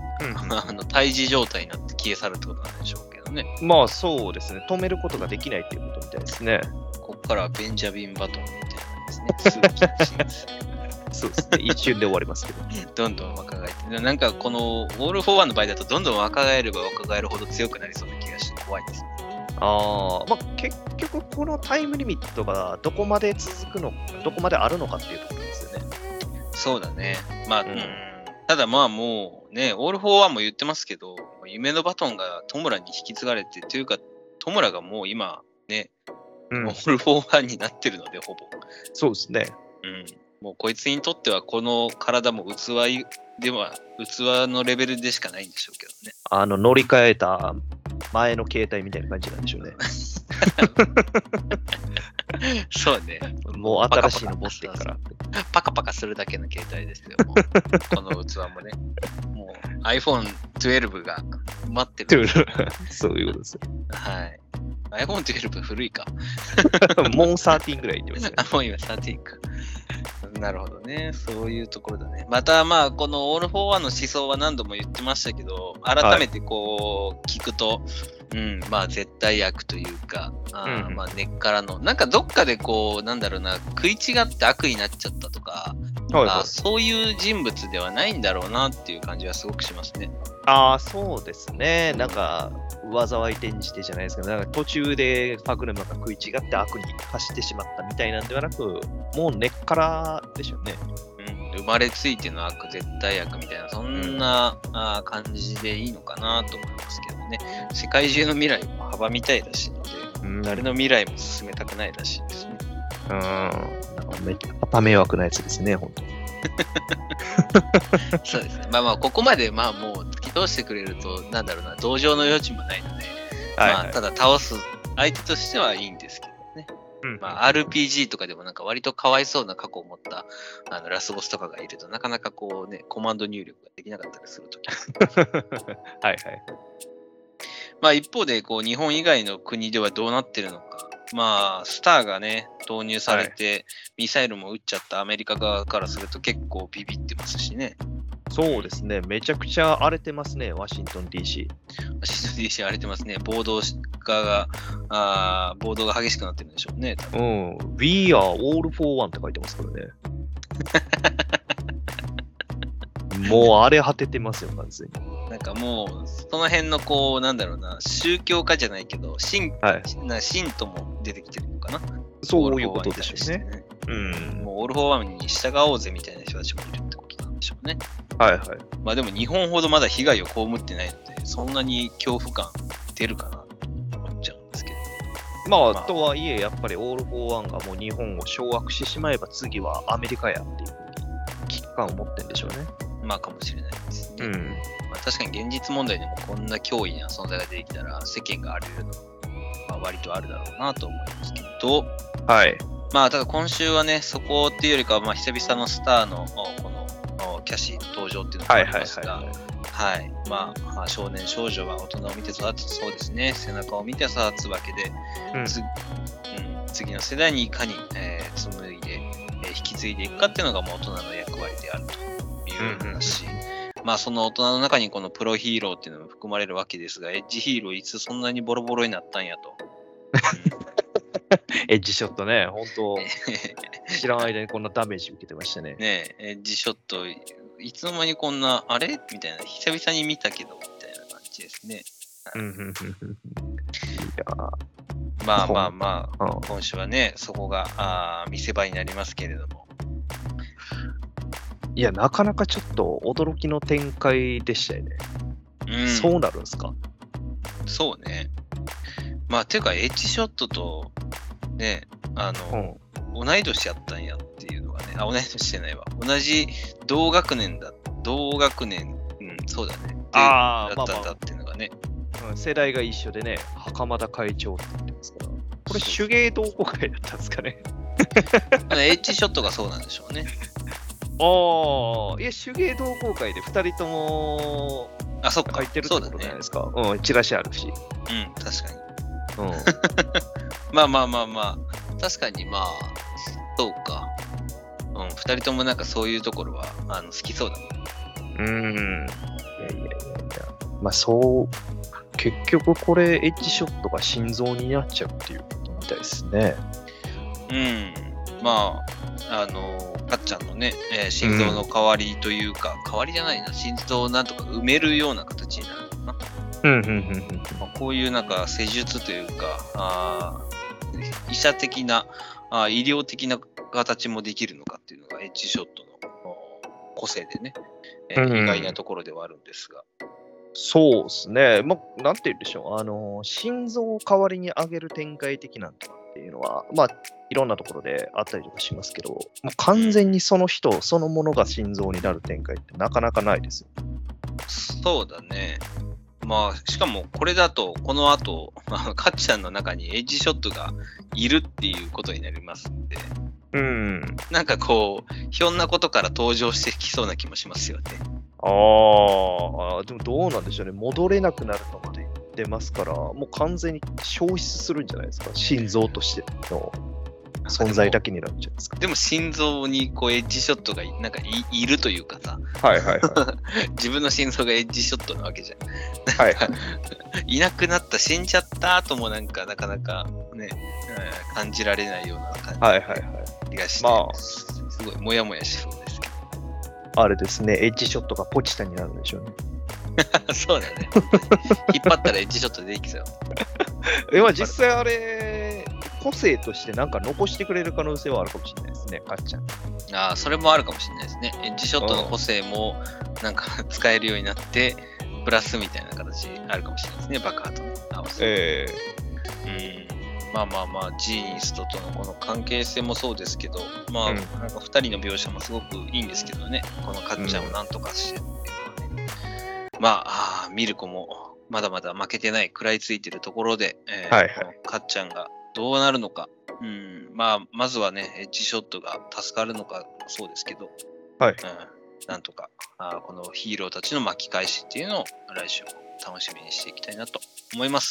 胎児状態になって消え去るってことなんでしょうけどね。 まあそうですね。止めることができないっていうことみたいですね。 ここからはベンジャミン・バトンみたいなんですね。すぐ禁止です。 そうですね。一瞬で終わりますけど。 どんどん若返って。なんかこの、オール・フォー・ワンの場合だと、どんどん若返れば若返るほど強くなりそうな気がして怖いですね。 まあ結局このタイムリミットがどこまで続くのか、どこまであるのかっていうところですよね。 そうだね。まあ、ただまあもうね、オール・フォー・ワンも言ってますけど、夢のバトンがトムラに引き継がれて、というか、トムラがもう今ね、オール・フォー・ワンになってるので、ほぼ。 そうですね。 もうこいつにとってはこの体も器のレベルでしかないんでしょうけどね。乗り換えた前の携帯みたいな感じなんでしょうね。 そうね。 もう新しいの持ってから。 パカパカするだけの携帯ですよ。もうこの器もね。もう iPhone12 が待ってる。 そういうことですよ。 はい。iPhone12 古いか。 もう13ぐらい言ってますね。 もう今13か。なるほどね。そういうところだね。またまあ、このオール・フォー・ワンの思想は何度も言ってましたけど、改めてこう聞くと、まあ絶対悪というか、まあ根っからの、なんかどっかでこう、なんだろうな、食い違って悪になっちゃったとか、そういう人物ではないんだろうなっていう感じはすごくしますね。 そうですね。なんか、災い転じてじゃないですか。なんか途中で歯車が食い違って悪に走ってしまったみたいなんではなく、もう根っからでしょうね。 生まれついての悪、絶対悪みたいな、そんな感じでいいのかなと思いますけどね。世界中の未来も阻みたいらしいので、誰の未来も進めたくないらしいですね。 なんかめっちゃ迷惑なやつですね、本当に。 そうですね。まあまあ、ここまでまあもう突き通してくれると、なんだろうな、同情の余地もないので、まあ、ただ倒す相手としてはいいんですけどね。まあ、RPG とかでもなんか割とかわいそうな過去を持ったラスボスとかがいるとなかなかこうね、コマンド入力ができなかったりするとき。 はいはい。 まあ一方でこう日本以外の国ではどうなってるのか。まあスターがね投入されて、ミサイルも撃っちゃったアメリカ側からすると結構ビビってますしね。 そうですね。めちゃくちゃ荒れてますね、ワシントン DC。 ワシントン DC 荒れてますね。暴動が激しくなってるんでしょうね。 We are all for one って書いてますからね。もう荒れ果ててますよ、完全に。 なんかもう、その辺のこう、なんだろうな、宗教家じゃないけど、信徒も出てきてるのかな。 そういうことでしょうね。 もうオール・フォー・ワンに従おうぜみたいな人たちもいるってことなんでしょうね。 はいはい。 まあでも日本ほどまだ被害を被ってないので、そんなに恐怖感出るかなと思っちゃうんですけど。 まあ、とはいえ、やっぱりオール・フォー・ワンがもう日本を掌握してしまえば次はアメリカやっていう危機感を持ってるんでしょうね。 まあかもしれないですね。まあ、確かに現実問題でもこんな脅威な存在が出てきたら世間が荒れるのも、まあ、割とあるだろうなと思いますけど、 はい。 まあただ今週はね、そこっていうよりかは、まあ久々のスターのこのキャシー登場っていうのがありますが、まあ少年少女は大人を見て育つ、そうですね、背中を見て育つわけで、次の世代にいかに、紡いで、引き継いでいくかっていうのがもう大人の役割であるという話。まあその大人の中にこのプロヒーローっていうのも含まれるわけですが、エッジヒーローいつそんなにボロボロになったんやと。 エッジショットね、本当知らん間にこんなダメージ受けてましたね。 ねえ、エッジショット、いつの間にこんな、あれみたいな、久々に見たけど、みたいな感じですね。まあまあまあ、今週はね、そこが見せ場になりますけれども。 いや、なかなかちょっと驚きの展開でしたよね。そうなるんですか？ そうね。まあ、ていうか、エッジショットと、ね、同い年やったんやっていうのがね、同い年してないわ。同じ同学年、そうだね。だったんだっていうのがね。 世代が一緒でね、袴田会長って言ってますから。これ手芸同好会だったんですかね。 エッジショットがそうなんでしょうね。 いや、手芸同好会で2人ともそっか入ってるってことじゃないですか。チラシあるし。 確かに。まあ。確かにそうか。2人ともなんかそういうところは好きそうだもん。 いや。まあ結局これエッジショットが心臓になっちゃうっていうことみたいですね。 まあ、かっちゃんのね、心臓の代わりというか、代わりじゃないな、心臓をなんとか埋めるような形になるのかな。こういうなんか施術というか、医者的な、医療的な形もできるのかっていうのがエッジショットの個性でね、意外なところではあるんですが。 そうですね。なんて言うんでしょう。心臓を代わりに上げる展開的なんとかっていうのは、いろんなところであったりとかしますけど、もう完全にその人、そのものが心臓になる展開ってなかなかないですよ。 そうだね。しかもこれだと、この後、かっちゃんの中にエッジショットがいるっていうことになりますんで、なんかこう、ひょんなことから登場してきそうな気もしますよね。 でもどうなんでしょうね。戻れなくなるとまで言ってますから、もう完全に消失するんじゃないですか。心臓としての存在だけになっちゃうんですか。 でも心臓にこうエッジショットがなんか いるというかさ、自分の心臓がエッジショットなわけじゃん。いなくなった、死んじゃった後もなんかなかなかね、感じられないような感じがして、すごいモヤモヤしそうですけど。 あれですね、エッジショットがポチタになるんでしょうね。 そうだね。引っ張ったらエッジショット出てきそう。 実際あれ、個性としてなんか残してくれる可能性はあるかもしれないですね、かっちゃん。 それもあるかもしれないですね。エッジショットの個性もなんか使えるようになって、プラスみたいな形あるかもしれないですね、爆破と合わせて。ジーニストとのこの関係性もそうですけど、なんか2人の描写もすごくいいんですけどね、このかっちゃんをなんとかしてっていうのはね。ミルコもまだまだ負けてない、食らいついてるところで、かっちゃんがどうなるのか、まずはね、エッジショットが助かるのかもそうですけど、なんとかこのヒーローたちの巻き返しっていうのを来週楽しみにしていきたいなと思います。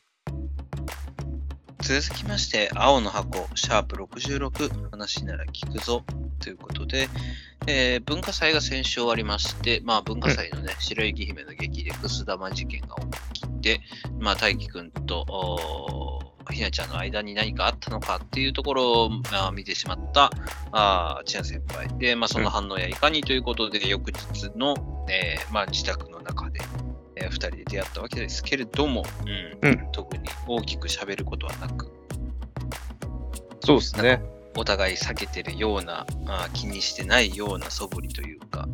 続きまして、青の箱、シャープ66、話なら聞くぞということで、文化祭が先週終わりまして、文化祭のね、白雪姫の劇でくす玉事件が起きて、大輝くんとひなちゃんの間に何かあったのかっていうところを見てしまった千奈先輩で、その反応やいかにということで、翌日の、自宅の中で、2人で出会ったわけですけれども、特に大きく喋ることはなく、 そうですね。 お互い避けてるような、気にしてないような素振りというか。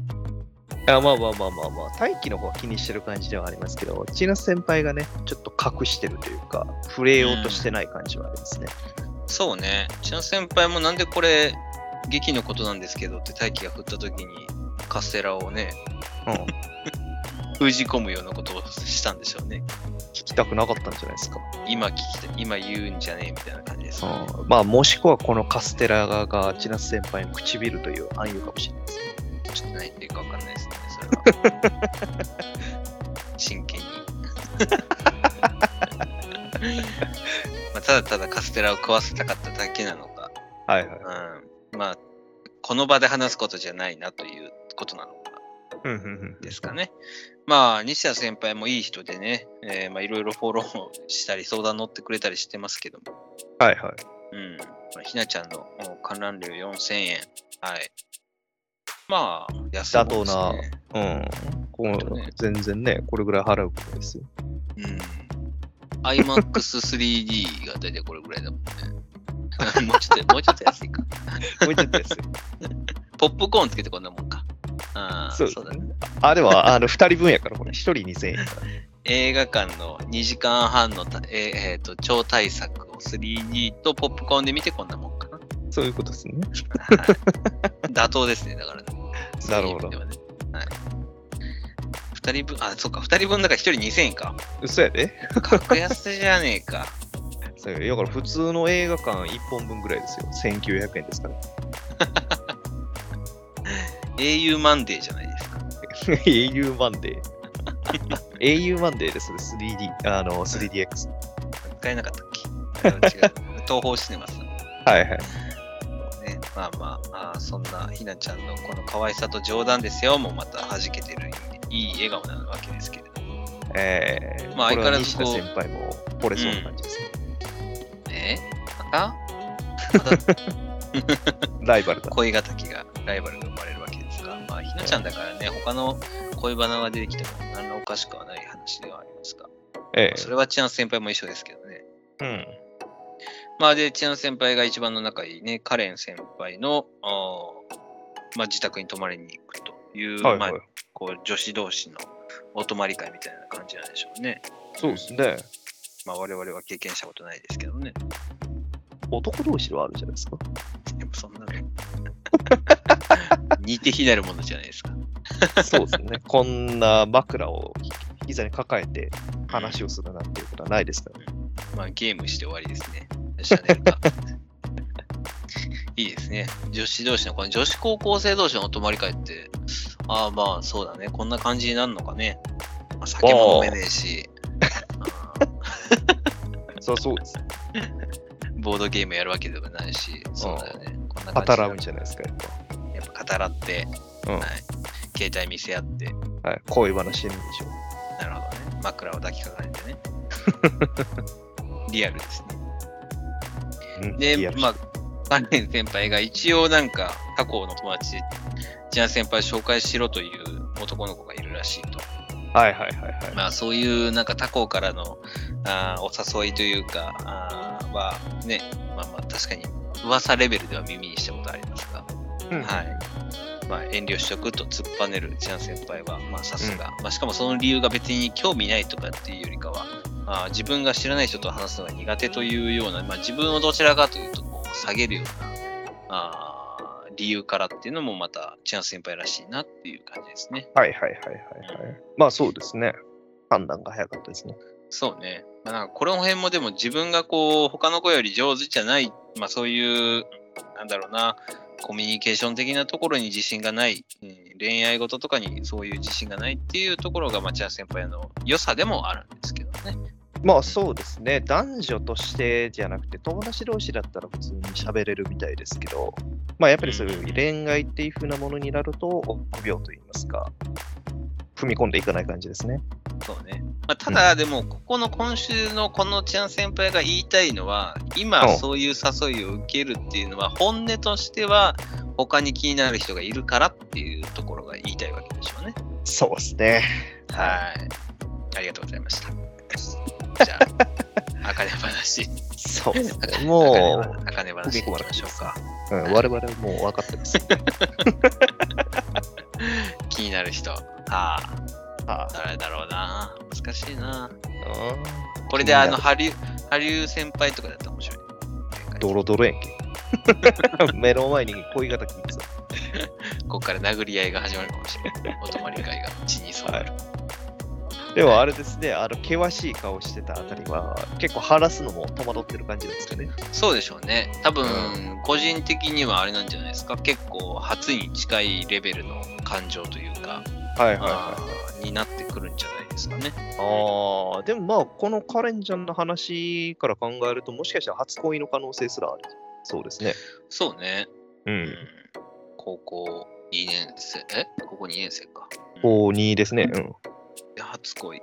大輝の方は気にしてる感じではありますけど、千奈先輩がね、ちょっと隠してるというか、触れようとしてない感じはありますね。 そうね。千奈先輩もなんでこれ、劇のことなんですけどって大輝が振った時に、カステラをね、封じ込むようなことをしたんでしょうね。 聞きたくなかったんじゃないですか。 今言うんじゃねえみたいな感じです、ね。 もしくはこのカステラが千奈先輩の唇という暗喩かもしれないですね。 ちょっと何言ってるか分かんないですね、それは。真剣に。ただただカステラを食わせたかっただけなのか。この場で話すことじゃないなということなのか。ですかね。西田先輩もいい人でね、いろいろフォローしたり相談乗ってくれたりしてますけども。ひなちゃんの観覧料4000円。安いですね。 全然ね、これぐらい払うことですよ。 IMAX3D が大体これぐらいだもんね。もうちょっと安いか。 もうちょっと安い。 ポップコーンつけてこんなもんか。 そうだね。あれは2人分やから、これ1人2000円やから。 映画館の2時間半の超大作を 3D とポップコーンで見てこんなもんかな。 そういうことですね。 妥当ですね、だからね。 なるほど。 はい、2人分、そっか、2人分だから1人2000円か。 嘘やで。 格安じゃねえか。 そうだから普通の映画館1本分ぐらいですよ。1900円ですから。 au マンデーじゃないですか。 au マンデー。au マンデーですね、3DX。 使えなかったっけ？違う。東宝シネマス。 はいはい。 ね、まあ、そんなひなちゃんのこの可愛さと冗談ですよ、もうまた弾けてるいい笑顔なわけですけれども。 まあ相変わらず西田先輩も惚れそうな感じですね。 またライバルだ。 恋敵が、ライバルが生まれるわけですが、まあひなちゃんだからね、他の恋バナが出てきても何らおかしくはない話ではありますが、それは千奈先輩も一緒ですけどね。まあで、千奈先輩が一番の仲いいね、カレン先輩の自宅に泊まりに行くという、こう女子同士のお泊まり会みたいな感じなんでしょうね。 そうですね。 まあ我々は経験したことないですけどね。 男同士はあるじゃないですか。 でもそんなの似て非なるものじゃないですか。 そうですね。こんな枕を膝に抱えて話をするなんていうことはないですからね。 まあゲームして終わりですね。シャネルか。いいですね。女子同士の、この女子高校生同士のお泊まり会って、まあそうだね。こんな感じになるのかね。まあ、酒も飲めねえし。 そうです。 ボードゲームやるわけでもないし、そうだよね。こんな感じ。語らうんじゃないですか、 やっぱ語らって、携帯見せ合って。 はい、恋話してるんでしょう。なるほどね。枕を抱きかかえてね。リアルですね。で、まあ、関連先輩が一応なんか他校の友達で、千奈先輩紹介しろという男の子がいるらしいと。まあそういうなんか他校からのお誘いというかはね、まあ確かに噂レベルでは耳にしたことありますが、まあ遠慮しとくと突っぱねる千奈先輩は、まあさすが、まあしかもその理由が別に興味ないとかっていうよりかは、自分が知らない人と話すのが苦手というような、まあ自分をどちらかというとこう下げるような、理由からっていうのもまた千奈先輩らしいなっていう感じですね。 まあそうですね。判断が早かったですね。 そうね。まあ、なんかこの辺もでも自分がこう他の子より上手じゃない、まあそういうなんだろうな、コミュニケーション的なところに自信がない、恋愛事とかにそういう自信がないっていうところが千奈先輩の良さでもあるんですけどね。 まあそうですね。男女としてじゃなくて友達同士だったら普通に喋れるみたいですけど、まあやっぱりそういう恋愛っていう風なものになると臆病と言いますか、踏み込んでいかない感じですね。 そうね。まあ、ただでも今週のこの千奈先輩が言いたいのは、今そういう誘いを受けるっていうのは本音としては他に気になる人がいるからっていうところが言いたいわけでしょうね。 そうですね。 はい。ありがとうございました。じゃあ、茜話。 そうですね。もう、 茜話いきましょうか。 我々はもう分かってます。 気になる人。誰だろうな。難しいな。これでハリュー先輩とかだったら面白い。 ドロドロやんけ。目の前に恋敵にさ。 ここから殴り合いが始まるかもしれない。お泊まり会が血に染まる。 でもあれですね、険しい顔してたあたりは、結構話すのも戸惑ってる感じですかね。 そうでしょうね。多分、個人的にはあれなんじゃないですか。結構、初に近いレベルの感情というか、になってくるんじゃないですかね。 でもまあ、このカレンちゃんの話から考えると、もしかしたら初恋の可能性すらある。そうですね。 そうね。高校2年生、高校2年生か。 高2ですね。 初恋。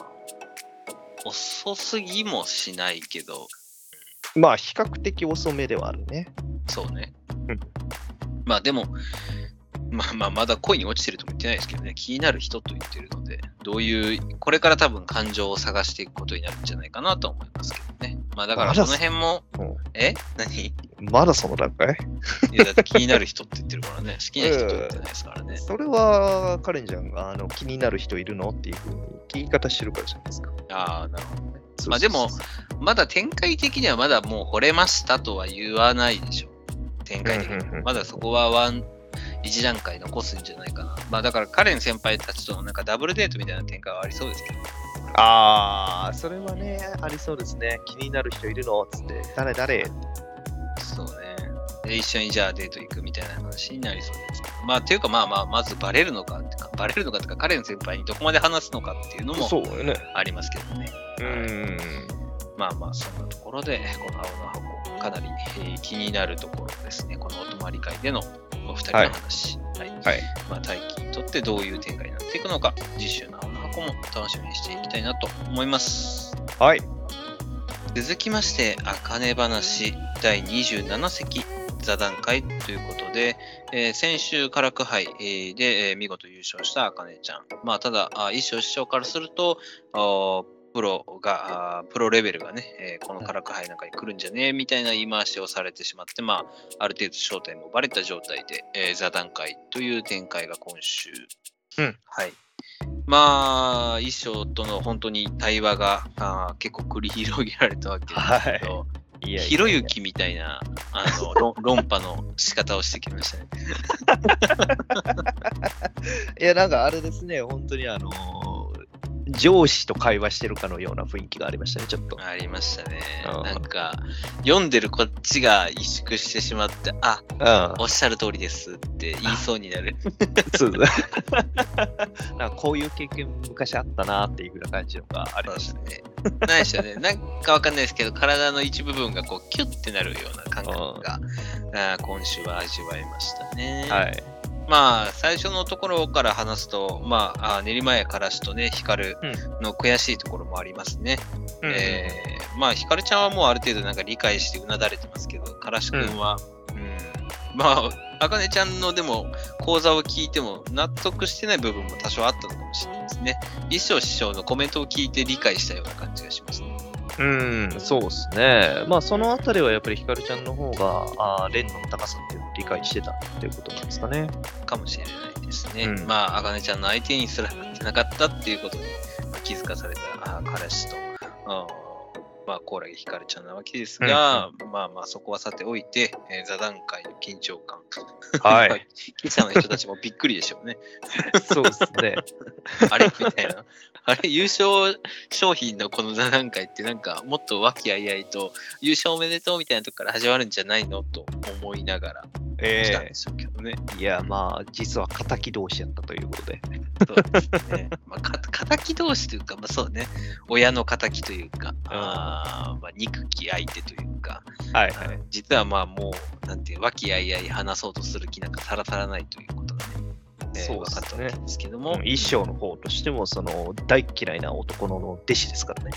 遅すぎもしないけど。 まあ、比較的遅めではあるね。 そうね。まあでも、まだ恋に落ちてるとも言ってないですけどね、気になる人と言ってるので、どういう、これから多分感情を探していくことになるんじゃないかなと思いますけどね。まあだからその辺も、何まだその段階？ いや、だって気になる人って言ってるからね。好きな人って言ってないですからね。 それは、カレンちゃんが気になる人いるのっていうふうに聞き方してるからじゃないですか。 ああ、なるほどね。 そうまあでも、まだ展開的にはまだもう惚れましたとは言わないでしょ。展開的に。まだそこは一段階残すんじゃないかな。まあだからカレン先輩たちとのなんかダブルデートみたいな展開はありそうですけど。 ああ、それはね、ありそうですね。気になる人いるのつって、誰そうね。で、一緒にじゃあデート行くみたいな話になりそうですけど。まあ、っていうかまずバレるのかっていうか、カレン先輩にどこまで話すのかっていうのもありますけどね。まあまあ、そんなところで、この青の箱、かなり、気になるところですね。このお泊まり会でのお二人の話。まあ、大輝にとってどういう展開になっていくのか、次週の青の箱も楽しみにしていきたいなと思います。 はい。 続きまして、あかね話第27席座談会ということで、先週唐久杯で見事優勝したあかねちゃん。まあ、ただ、一生師匠からすると、プロレベルがね、この唐久杯なんかに来るんじゃねえみたいな言い回しをされてしまって、まあ、ある程度正体もバレた状態で、座談会という展開が今週。はい。まあ、衣装との本当に対話が結構繰り広げられたわけですけど、ひろゆきみたいな論破の仕方をしてきましたね。 いや、なんかあれですね、本当に上司と会話してるかのような雰囲気がありましたね、ちょっと。 ありましたね。なんか、読んでるこっちが萎縮してしまって、おっしゃる通りですって言いそうになる。 そうだ。なんかこういう経験昔あったなっていう風な感じのがありましたね。 ないでしょうね。なんかわかんないですけど、体の一部分がこうキュッてなるような感覚が、今週は味わいましたね。 はい。 まあ、最初のところから話すと、まあ、練馬屋からしとね、ヒカルの悔しいところもありますね。まあ、ヒカルちゃんはもうある程度なんか理解してうなだれてますけど、からしくんは、まあ、あかねちゃんのでも講座を聞いても納得してない部分も多少あったのかもしれないですね。一生師匠のコメントを聞いて理解したような感じがしますね。 そうですね。まあ、そのあたりはやっぱりヒカルちゃんの方が、連の高さっていうのを理解してたっていうことなんですかね。 かもしれないですね。まあ、あかねちゃんの相手にすらなってなかったっていうことに気づかされた彼氏と、まあ、コーラギヒカルちゃんなわけですが、まあまあ、そこはさておいて、座談会の緊張感。 はい。 記者の人たちもびっくりでしょうね。 そうですね。 あれみたいな。あれ、優勝商品のこの座談会ってなんかもっと和気あいあいと優勝おめでとうみたいなとこから始まるんじゃないのと思いながら来たんでしょうけどね。 いや、まあ、実は敵同士やったということで。 そうですね。まあ、敵同士というか、まあそうね、親の敵というか、まあ、憎き相手というか、実はまあもう、なんていう、和気あいあい話そうとする気なんかさらさらないということがね。分かったわけですけども、 衣装の方としてもその大嫌いな男の弟子ですからね。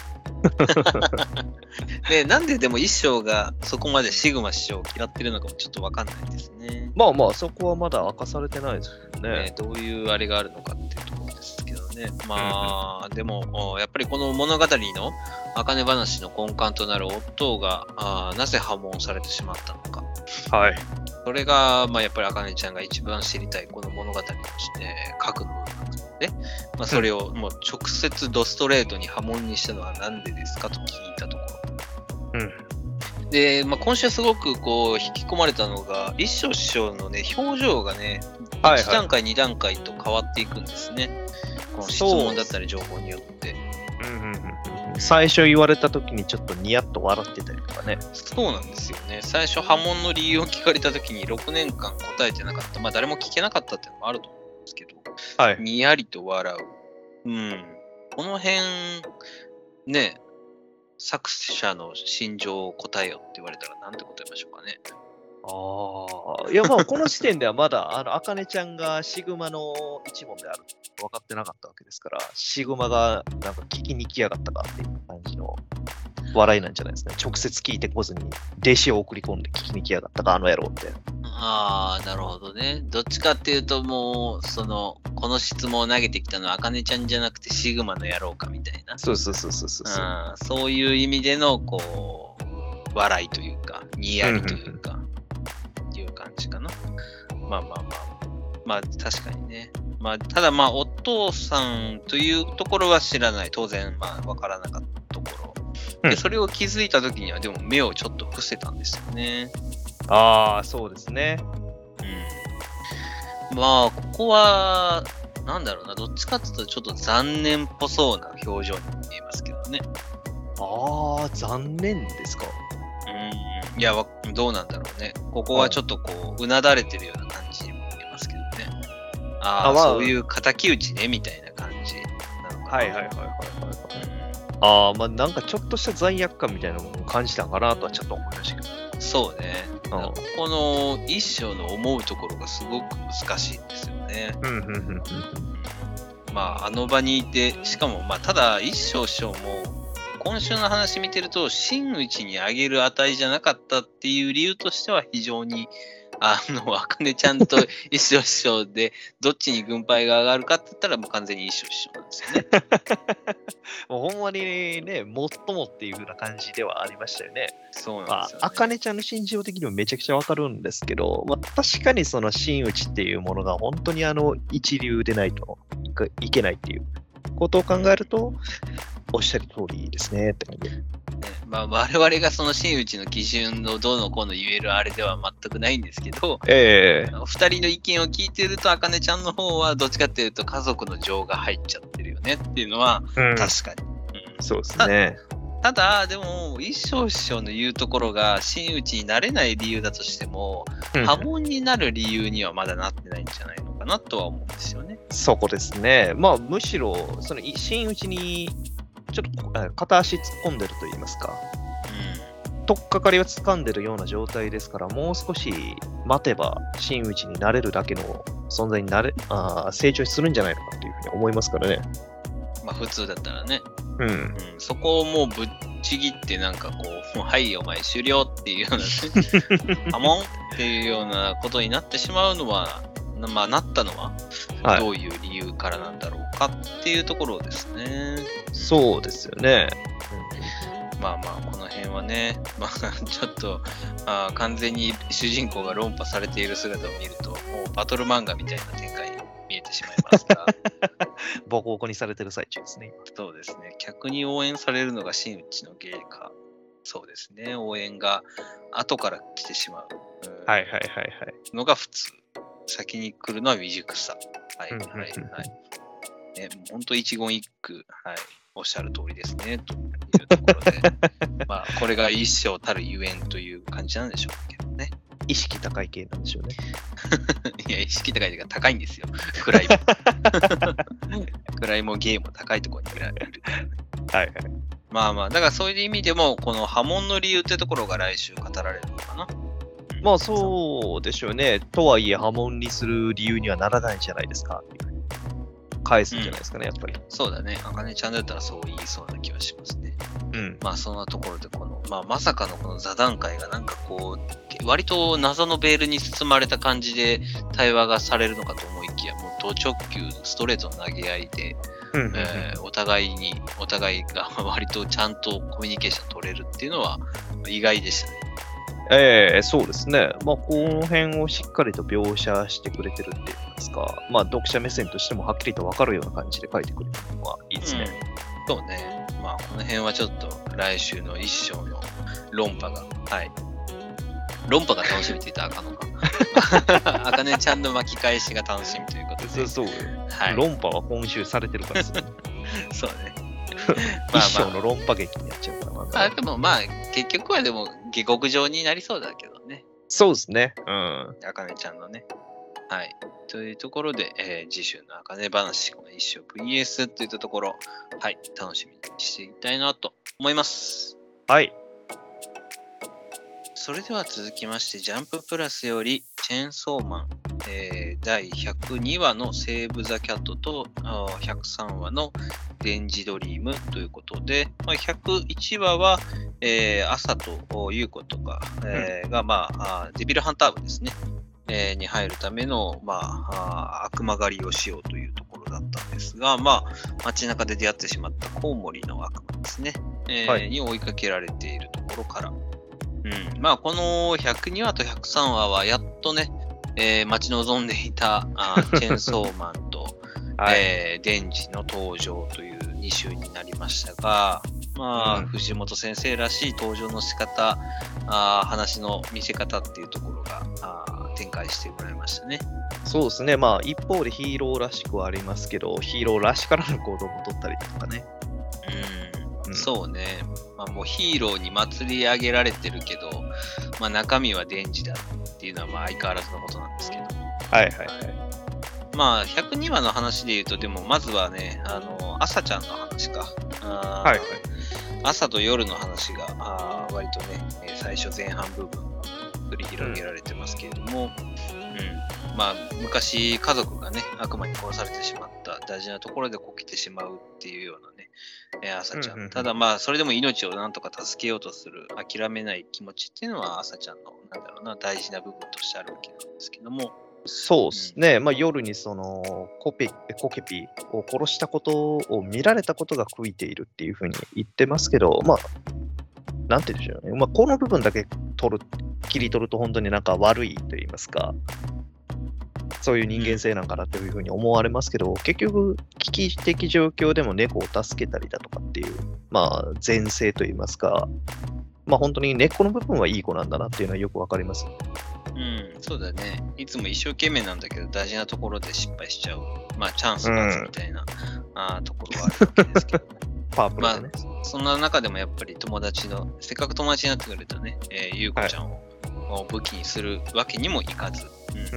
で、なんででも衣装がそこまでシグマ師匠を嫌ってるのかもちょっと分かんないですね。 まあまあそこはまだ明かされてないですよね。 どういうあれがあるのかっていうところですけどね。まあでもやっぱりこの物語の茜話の根幹となる夫がなぜ破門されてしまったのか。 はい。 それが、まあ、やっぱりあかねちゃんが一番知りたいこの物語として核の部分で、まあ、それをもう直接ドストレートに破門にしたのは何でですかと聞いたところ。で、まあ、今週すごくこう引き込まれたのが一生師匠のね表情がね1段階2段階と変わっていくんですね。この質問だったり情報によって。 最初言われた時にちょっとニヤッと笑ってたりとかね。 そうなんですよね。最初破門の理由を聞かれた時に6年間答えてなかった。まあ誰も聞けなかったっていうのもあると思うんですけど、にやりと笑う。この辺ね、作者の心情を答えよって言われたらなんて答えましょうかね。 いやまあこの時点ではまだあかねちゃんがシグマの一門であると分かってなかったわけですから、シグマがなんか聞きに来やがったかっていう感じの笑いなんじゃないですかね。直接聞いてこずに弟子を送り込んで聞きに来やがったかあの野郎って。 なるほどね。どっちかっていうともうこの質問を投げてきたのはあかねちゃんじゃなくてシグマの野郎かみたいな。そういう意味でのこう笑いというか、にやりというか、 まあ確かにね。まあただまあお父さんというところは知らない。当然まあ分からなかったところ。で、それを気づいた時にはでも目をちょっと伏せたんですよね。 ああ、そうですね。 まあここは、なんだろうな、どっちかっていうとちょっと残念っぽそうな表情に見えますけどね。 ああ、残念ですか。 いや、どうなんだろうね。ここはちょっとこう、うなだれてるような感じにも見えますけどね。ああ、 まあそういう敵討ちね、みたいな感じなのかな。 はい。ああ、まあなんかちょっとした罪悪感みたいなのを感じたんかなとはちょっと思いましたけど。 そうね。ここの一章の思うところがすごく難しいんですよね。まあ、あの場にいて、しかも、まあ、ただ、一章師匠も、今週の話見てると、真打ちに上げる値じゃなかったっていう理由としては、非常に、あかねちゃんと一章師匠で、どっちに軍配が上がるかって言ったら、もう完全に一章師匠なんですよね。 もうほんまにね、もっともっていう風な感じではありましたよね。 そうなんですよ、ね。 あかねちゃんの心情的にもめちゃくちゃわかるんですけど、まあ、確かにその真打ちっていうものが本当に一流でないといけないっていうことを考えると、おっしゃる通りですねって感じ。 まあ、我々がその真打ちの基準のどうのこうの言えるあれでは全くないんですけど、二人の意見を聞いてると、あかねちゃんの方はどっちかっていうと家族の情が入っちゃってるよねっていうのは確かに。 そうですね。 ただ、でも、一章師匠の言うところが真打ちになれない理由だとしても、破門になる理由にはまだなってないんじゃないのかなとは思うんですよね。 そこですね。まあ、むしろ、その真打ちにちょっと片足突っ込んでると言いますか。取っかかりを掴んでるような状態ですから、もう少し待てば真打ちになれるだけの存在に成長するんじゃないのかっていうふうに思いますからね。 まあ普通だったらね。そこをもうぶっちぎってなんかこう、もうはいお前終了っていうような、ね、破門っていうようなことになってしまうのは、まあなったのはどういう理由からなんだろうかっていうところですね。 そうですよね。 まあこの辺はね、まあちょっと完全に主人公が論破されている姿を見ると、もうバトル漫画みたいな展開に見えてしまいますが。 ボコボコにされてる最中ですね。 そうですね。客に応援されるのが真打ちの芸か。そうですね。応援が後から来てしまうのが普通。先に来るのは未熟さ。本当一言一句、おっしゃる通りですね。というところで、まあこれが一生たるゆえんという感じなんでしょうけどね。 意識高い系なんでしょうね。 いや、意識高いというか高いんですよ。位も。位も芸も高いところにいる。まあ、だからそういう意味でも、この波紋の理由ってところが来週語られるのかな。 まあそうでしょうね。とはいえ波紋にする理由にはならないじゃないですか。返すんじゃないですかね、やっぱり。 そうだね。あかねちゃんだったらそう言いそうな気はしますね。まあそんなところでまさかのこの座談会がなんかこう、割と謎のベールに包まれた感じで対話がされるのかと思いきや、もうド直球ストレートの投げ合いで、お互いが割とちゃんとコミュニケーション取れるっていうのは意外でしたね。 そうですね。まあ、この辺をしっかりと描写してくれてるっていうんですか、まあ、読者目線としてもはっきりと分かるような感じで書いてくれてるのはいいですね。 そうね。まあ、この辺はちょっと来週の一章の論破が、論破が楽しみって言ったらあかんのか。あかねちゃんの巻き返しが楽しみということで。 そう。論破は今週されてるからですね。 そうね。 一章の論破劇になっちゃうから。 でもまあ、結局はでも下克上になりそうだけどね。 そうですね。 あかねちゃんのね。というところで、次週のあかね話、この一章 VS といったところ、楽しみにしていきたいなと思います。それでは続きまして、ジャンププラスよりチェーンソーマン、第102話のセーブ・ザ・キャットと103話のデンジ・ドリームということで、101話は、朝と優子とか、が、デビルハンター部ですね、に入るための、悪魔狩りをしようというところだったんですが、街中で出会ってしまったコウモリの悪魔ですね、に追いかけられているところから、この102話と103話はやっとね、 待ち望んでいたチェンソーマンと、デンジの登場という2週になりましたが、藤本先生らしい登場の仕方、話の見せ方っていうところが展開してもらいましたね。 そうですね。一方でヒーローらしくはありますけど、ヒーローらしからぬ行動も取ったりとかね。 そうね。もうヒーローに祭り上げられてるけど、中身はデンジだっていうのは相変わらずのことなんですけど。102話の話で言うと、でもまずはね、朝ちゃんの話か。朝と夜の話が割とね、最初前半部分繰り広げられてますけれども、昔家族がね、悪魔に殺されてしまった大事なところでこけてしまうっていうようなね、朝ちゃん。ただそれでも命をなんとか助けようとする諦めない気持ちっていうのは朝ちゃんの大事な部分としてあるわけなんですけども。 そうですね。夜にそのコケピを殺したことを見られたことが悔いているっていうふうに言ってますけど、なんて言うんでしょうね。この部分だけ切り取ると本当になんか悪いと言いますか、そういう人間性なんかなというふうに思われますけど、結局危機的状況でも猫を助けたりだとかっていう、前世と言いますか、本当に根っこの部分はいい子なんだなっていうのはよくわかります。 そうだね。いつも一生懸命なんだけど、大事なところで失敗しちゃう。チャンス待つみたいな、ところはあるわけですけど、 パープルでね。 そんな中でもやっぱりせっかく友達になってくれたね、ゆうこちゃんを武器にするわけにもいかず、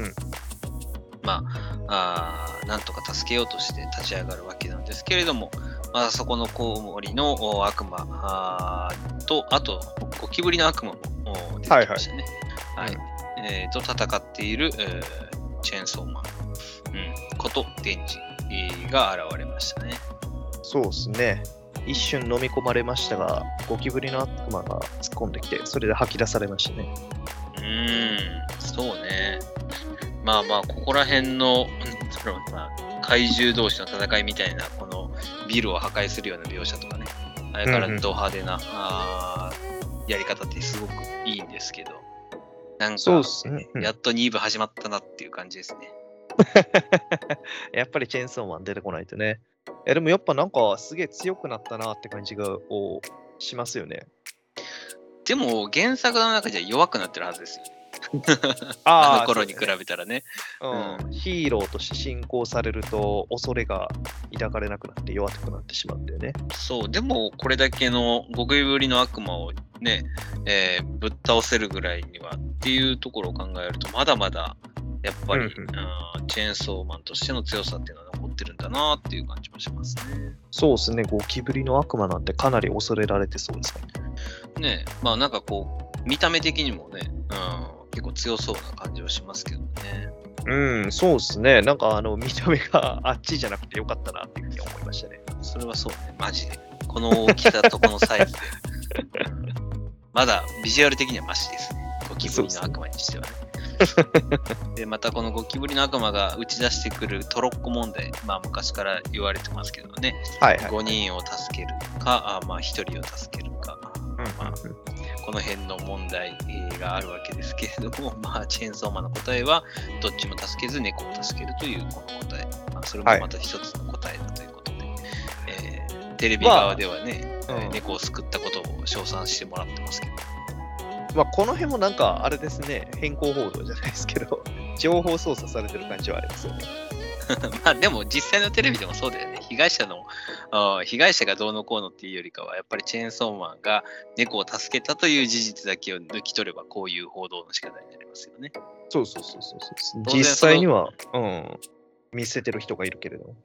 なんとか助けようとして立ち上がるわけなんですけれども、そこのコウモリの悪魔と、あとゴキブリの悪魔も出てきましたね。と戦っている、チェーンソーマン、ことデンジが現れましたね。 そうですね。一瞬飲み込まれましたが、ゴキブリの悪魔が突っ込んできて、それで吐き出されましたね。 そうね。ここら辺の怪獣同士の戦いみたいな、このビルを破壊するような描写とかね、あれからド派手な、やり方ってすごくいいんですけど、なんか、やっと2部始まったなっていう感じですね。 やっぱりチェーンソーマン出てこないとね。でもやっぱなんかすげえ強くなったなって感じがしますよね。 でも原作の中じゃ弱くなってるはずですよ。あの頃に比べたらね。 ヒーローとして信仰されると恐れが抱かれなくなって弱くなってしまうんだよね。 そう、でもこれだけのゴキブリの悪魔をね、ぶっ倒せるぐらいにはっていうところを考えると、まだまだやっぱり、チェーンソーマンとしての強さっていうのは残ってるんだなっていう感じもしますね。 そうですね、ゴキブリの悪魔なんてかなり恐れられてそうですからね。なんかこう見た目的にもね、結構強そうな感じはしますけどね。 そうですね。なんか見た目があっちじゃなくてよかったなっていうふうに思いましたね。 それはそうね、マジで。この大きさとこのサイズで。まだビジュアル的にはマシですね。ゴキブリの悪魔にしてはね。で、またこのゴキブリの悪魔が打ち出してくるトロッコ問題、昔から言われてますけどね。5人を助けるか、1人を助けるか。この辺の問題があるわけですけれども、チェーンソーマンの答えは、どっちも助けず猫を助けるというこの答え。それもまた一つの答えだということで、テレビ側ではね、猫を救ったことを称賛してもらってますけど。 この辺もなんかあれですね、変更報道じゃないですけど、情報操作されてる感じはありますよね。 でも実際のテレビでもそうだよね。被害者がどうのこうのっていうよりかは、やっぱりチェーンソーマンが猫を助けたという事実だけを抜き取れば、こういう報道の仕方になりますよね。 そう。実際には、見捨ててる人がいるけれども。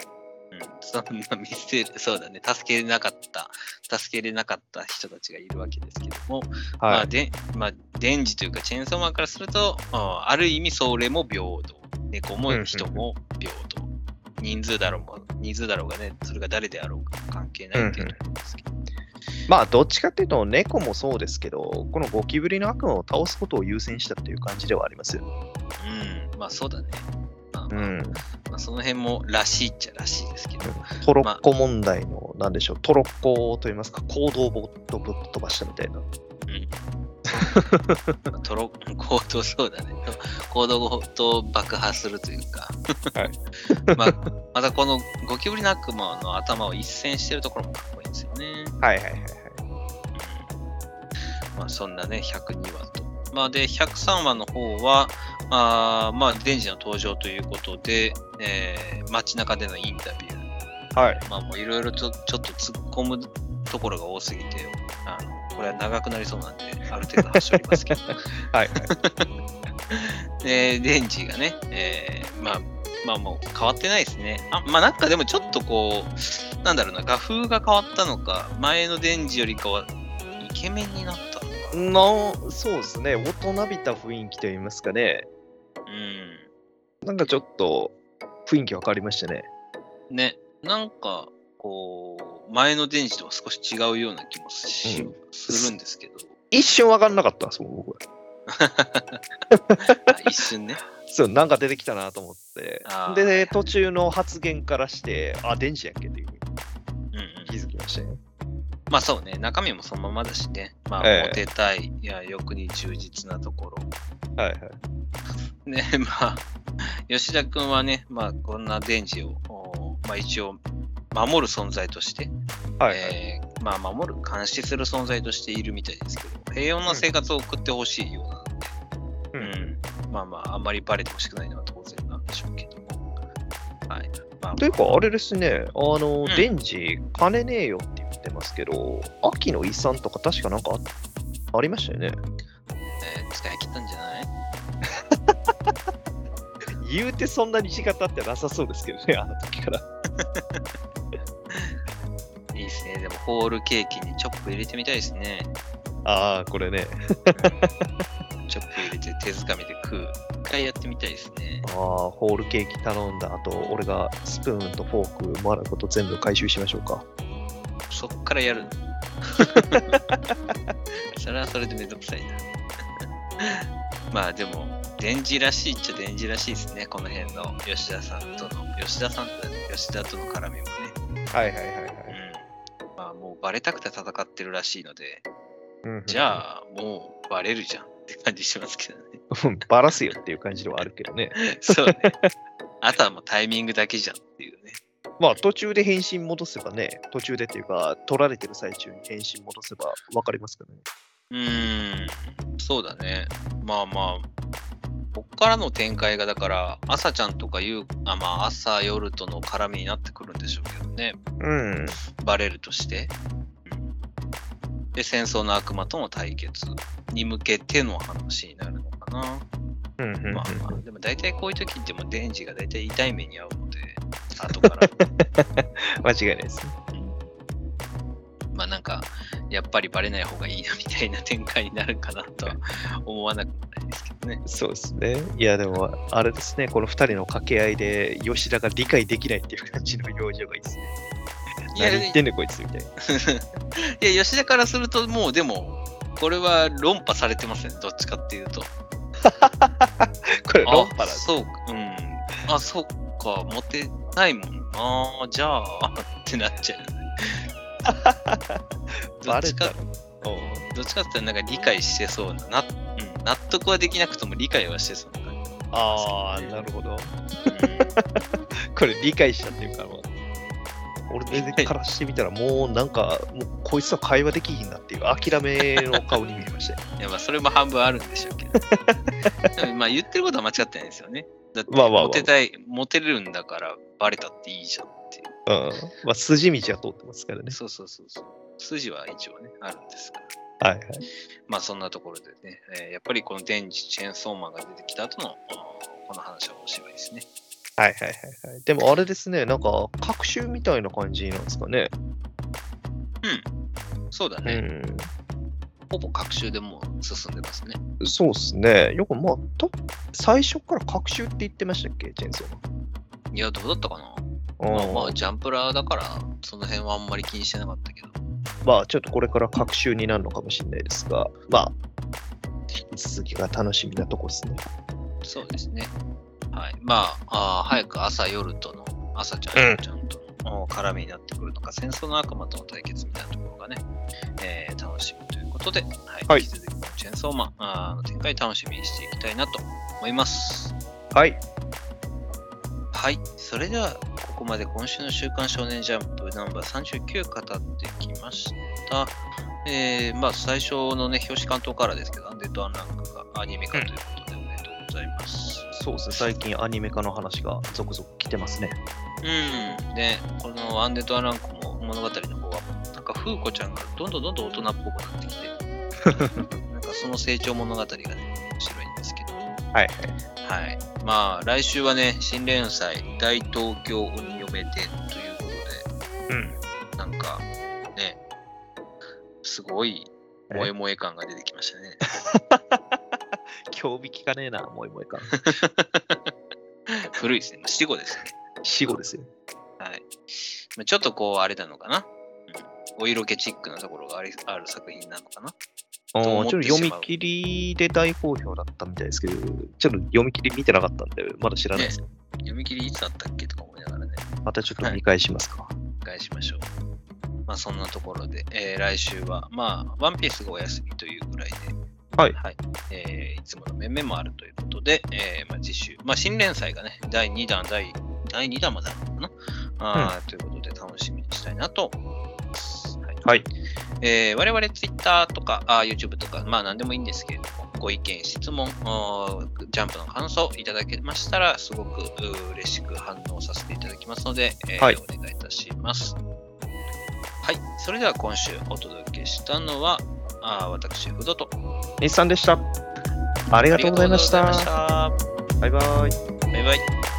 そうだね。助けれなかった人たちがいるわけですけども、デンジというかチェーンソーマンからすると、ある意味それも平等。猫も人も平等。人数だろうがね、それが誰であろうか関係ないっていうところですけど。 どっちかっていうと猫もそうですけど、このゴキブリの悪魔を倒すことを優先したっていう感じではありますよね。 そうだね。その辺もらしいっちゃらしいですけど。 トロッコ問題の、なんでしょう、トロッコといいますか、行動ボットぶっ飛ばしたみたいな。 行動そうだね。行動ごと爆破するというか、 はい。 またこのゴキブリの悪魔の頭を一閃してるところもかっこいいんですよね。 はいはいはいはい。 そんなね、102話と。で、103話の方は、デンジの登場ということで、街中でのインタビュー。 はい。 もういろいろちょっと突っ込むところが多すぎて、これは長くなりそうなんで、ある程度端折りますけど。 はい。 で、デンジがね、もう変わってないですね。なんかでもちょっとこう、なんだろうな、画風が変わったのか、前のデンジよりかはイケメンになったのかな。 そうですね。大人びた雰囲気といいますかね。 うん。 なんかちょっと雰囲気分かりましたね。 ね。なんか、こう、前のデンジとは少し違うような気もするんですけど。 一瞬分かんなかったんですもん、僕は。 一瞬ね。 そう、なんか出てきたなと思って。で、途中の発言からして、デンジやっけっていうふうに気づきましたね。 そうね、中身もそのままだしね。モテたい、欲に忠実なところ。 はいはい。 ね、吉田くんはね、こんなデンジを、一応、守る存在として、守る、監視する存在としているみたいですけど、平穏な生活を送ってほしいようなので、あんまりバレてほしくないのは当然なんでしょうけども。はい。 というか、あれですね、デンジ、金ねえよって言ってますけど、秋の遺産とか確かなんかありましたよね。 使い切ったんじゃない？ 言うてそんなに時間経ってなさそうですけどね、あの時から。 いいですね。でも、ホールケーキにチョップ入れてみたいですね。 これね。 チョップ入れて手づかみで食う。一回やってみたいですね。 ホールケーキ頼んだ後、俺がスプーンとフォークもらうこと全部回収しましょうか。 そっからやる。それはそれでめんどくさいな。でも、デンジらしいっちゃデンジらしいですね。この辺の吉田との絡みもね。 はいはいはいはい。 もうバレたくて戦ってるらしいので、じゃあもうバレるじゃんって感じしますけどね。 バラすよっていう感じではあるけどね。 そうね。あとはもうタイミングだけじゃんっていうね。 途中で返信戻せばね、途中でっていうか、取られてる最中に返信戻せば分かりますからね。そうだね。こっからの展開がだから、朝ちゃんとか朝夜との絡みになってくるんでしょうけどね。バレるとして。で、戦争の悪魔との対決に向けての話になるのかな。でも大体こういう時ってもデンジが大体痛い目に遭うので、後から。 間違いないですね。 なんか、やっぱりバレない方がいいなみたいな展開になるかなとは思わなくもないですけどね。 そうですね。いや、でも、あれですね、この2人の掛け合いで、吉田が理解できないっていう感じの表情がいいですね。何言ってんねんこいつみたいな。 いや、吉田からすると、もうでも、これは論破されてますね、どっちかっていうと。 これ論破だ。 そうか、そうか、モテないもんな。じゃあ、ってなっちゃう。どっちかって言ったらなんか理解してそうな、納得はできなくとも理解はしてそうな感じ、 なるほど。これ理解したっていうか、俺からしてみたらもうなんか、こいつと会話できひんなっていう諦めの顔に見えましたよ。 いやそれも半分あるんでしょうけど。言ってることは間違ってないですよね。だってモテるんだからバレたっていいじゃんっていう。 筋道は通ってますからね。 そう。筋は一応ね、あるんですから。 はいはい。 そんなところでね、やっぱりこのデンジ・チェーンソーマンが出てきた後のこの話は面白いですね。 はい。でもあれですね、なんか、隔週みたいな感じなんですかね。 そうだね。ほぼ隔週でもう進んでますね。 そうですね。よく最初から隔週って言ってましたっけ、チェーンソーマン。 いや、どうだったかな。ジャンプラーだから、その辺はあんまり気にしてなかったけど。 ちょっとこれから隔週になるのかもしれないですが、引き続きが楽しみなとこですね。 そうですね。はい。早く朝夜との、朝ちゃんとの絡みになってくるのか、戦争の悪魔との対決みたいなところがね、楽しみということことで、 はい引き続きチェーンソーマンの展開楽しみにしていきたいなと思います。 はい。 はい。それでは、ここまで今週の週刊少年ジャンプナンバー39語ってきました。まあ、最初のね、表紙関東からですけど、アンデッド・アンランクがアニメ化ということでおめでとうございます。 そうですね、最近アニメ化の話が続々来てますね。 で、このアンデッド・アンランクも物語の方は、なんか、風子ちゃんがどんどん大人っぽくなってきて、なんかその成長物語がね、面白いんですけど。 はい。 まあ、来週はね、新連載、大東京鬼嫁伝ということで、なんか、ね、すごい萌え萌え感が出てきましたね。 興味聞かねえな、萌え萌え感。 古いですね。死後ですね。 死後ですよ。 はい。ちょっとこう、あれなのかな。お色気チックなところがある作品なのかな。 ちょっと読み切りで大好評だったみたいですけど、ちょっと読み切り見てなかったんで、まだ知らないです。 読み切りいつだったっけとか思いながらね。 またちょっと見返しますか。 見返しましょう。まあそんなところで、来週は、まあ、ワンピースがお休みというぐらいで、いつもの面々もあるということで、次週、新連載がね、第2弾まであるのかな、ということで楽しみにしたいなと思います。我々 Twitter とかYouTube とか、何でもいいんですけれども、ご意見、質問、ジャンプの感想いただけましたら、すごく嬉しく反応させていただきますので、お願いいたします。それでは今週お届けしたのは、私、フドと日産でした。ありがとうございました。 バイバイ。 バイバイ。 バイバイ。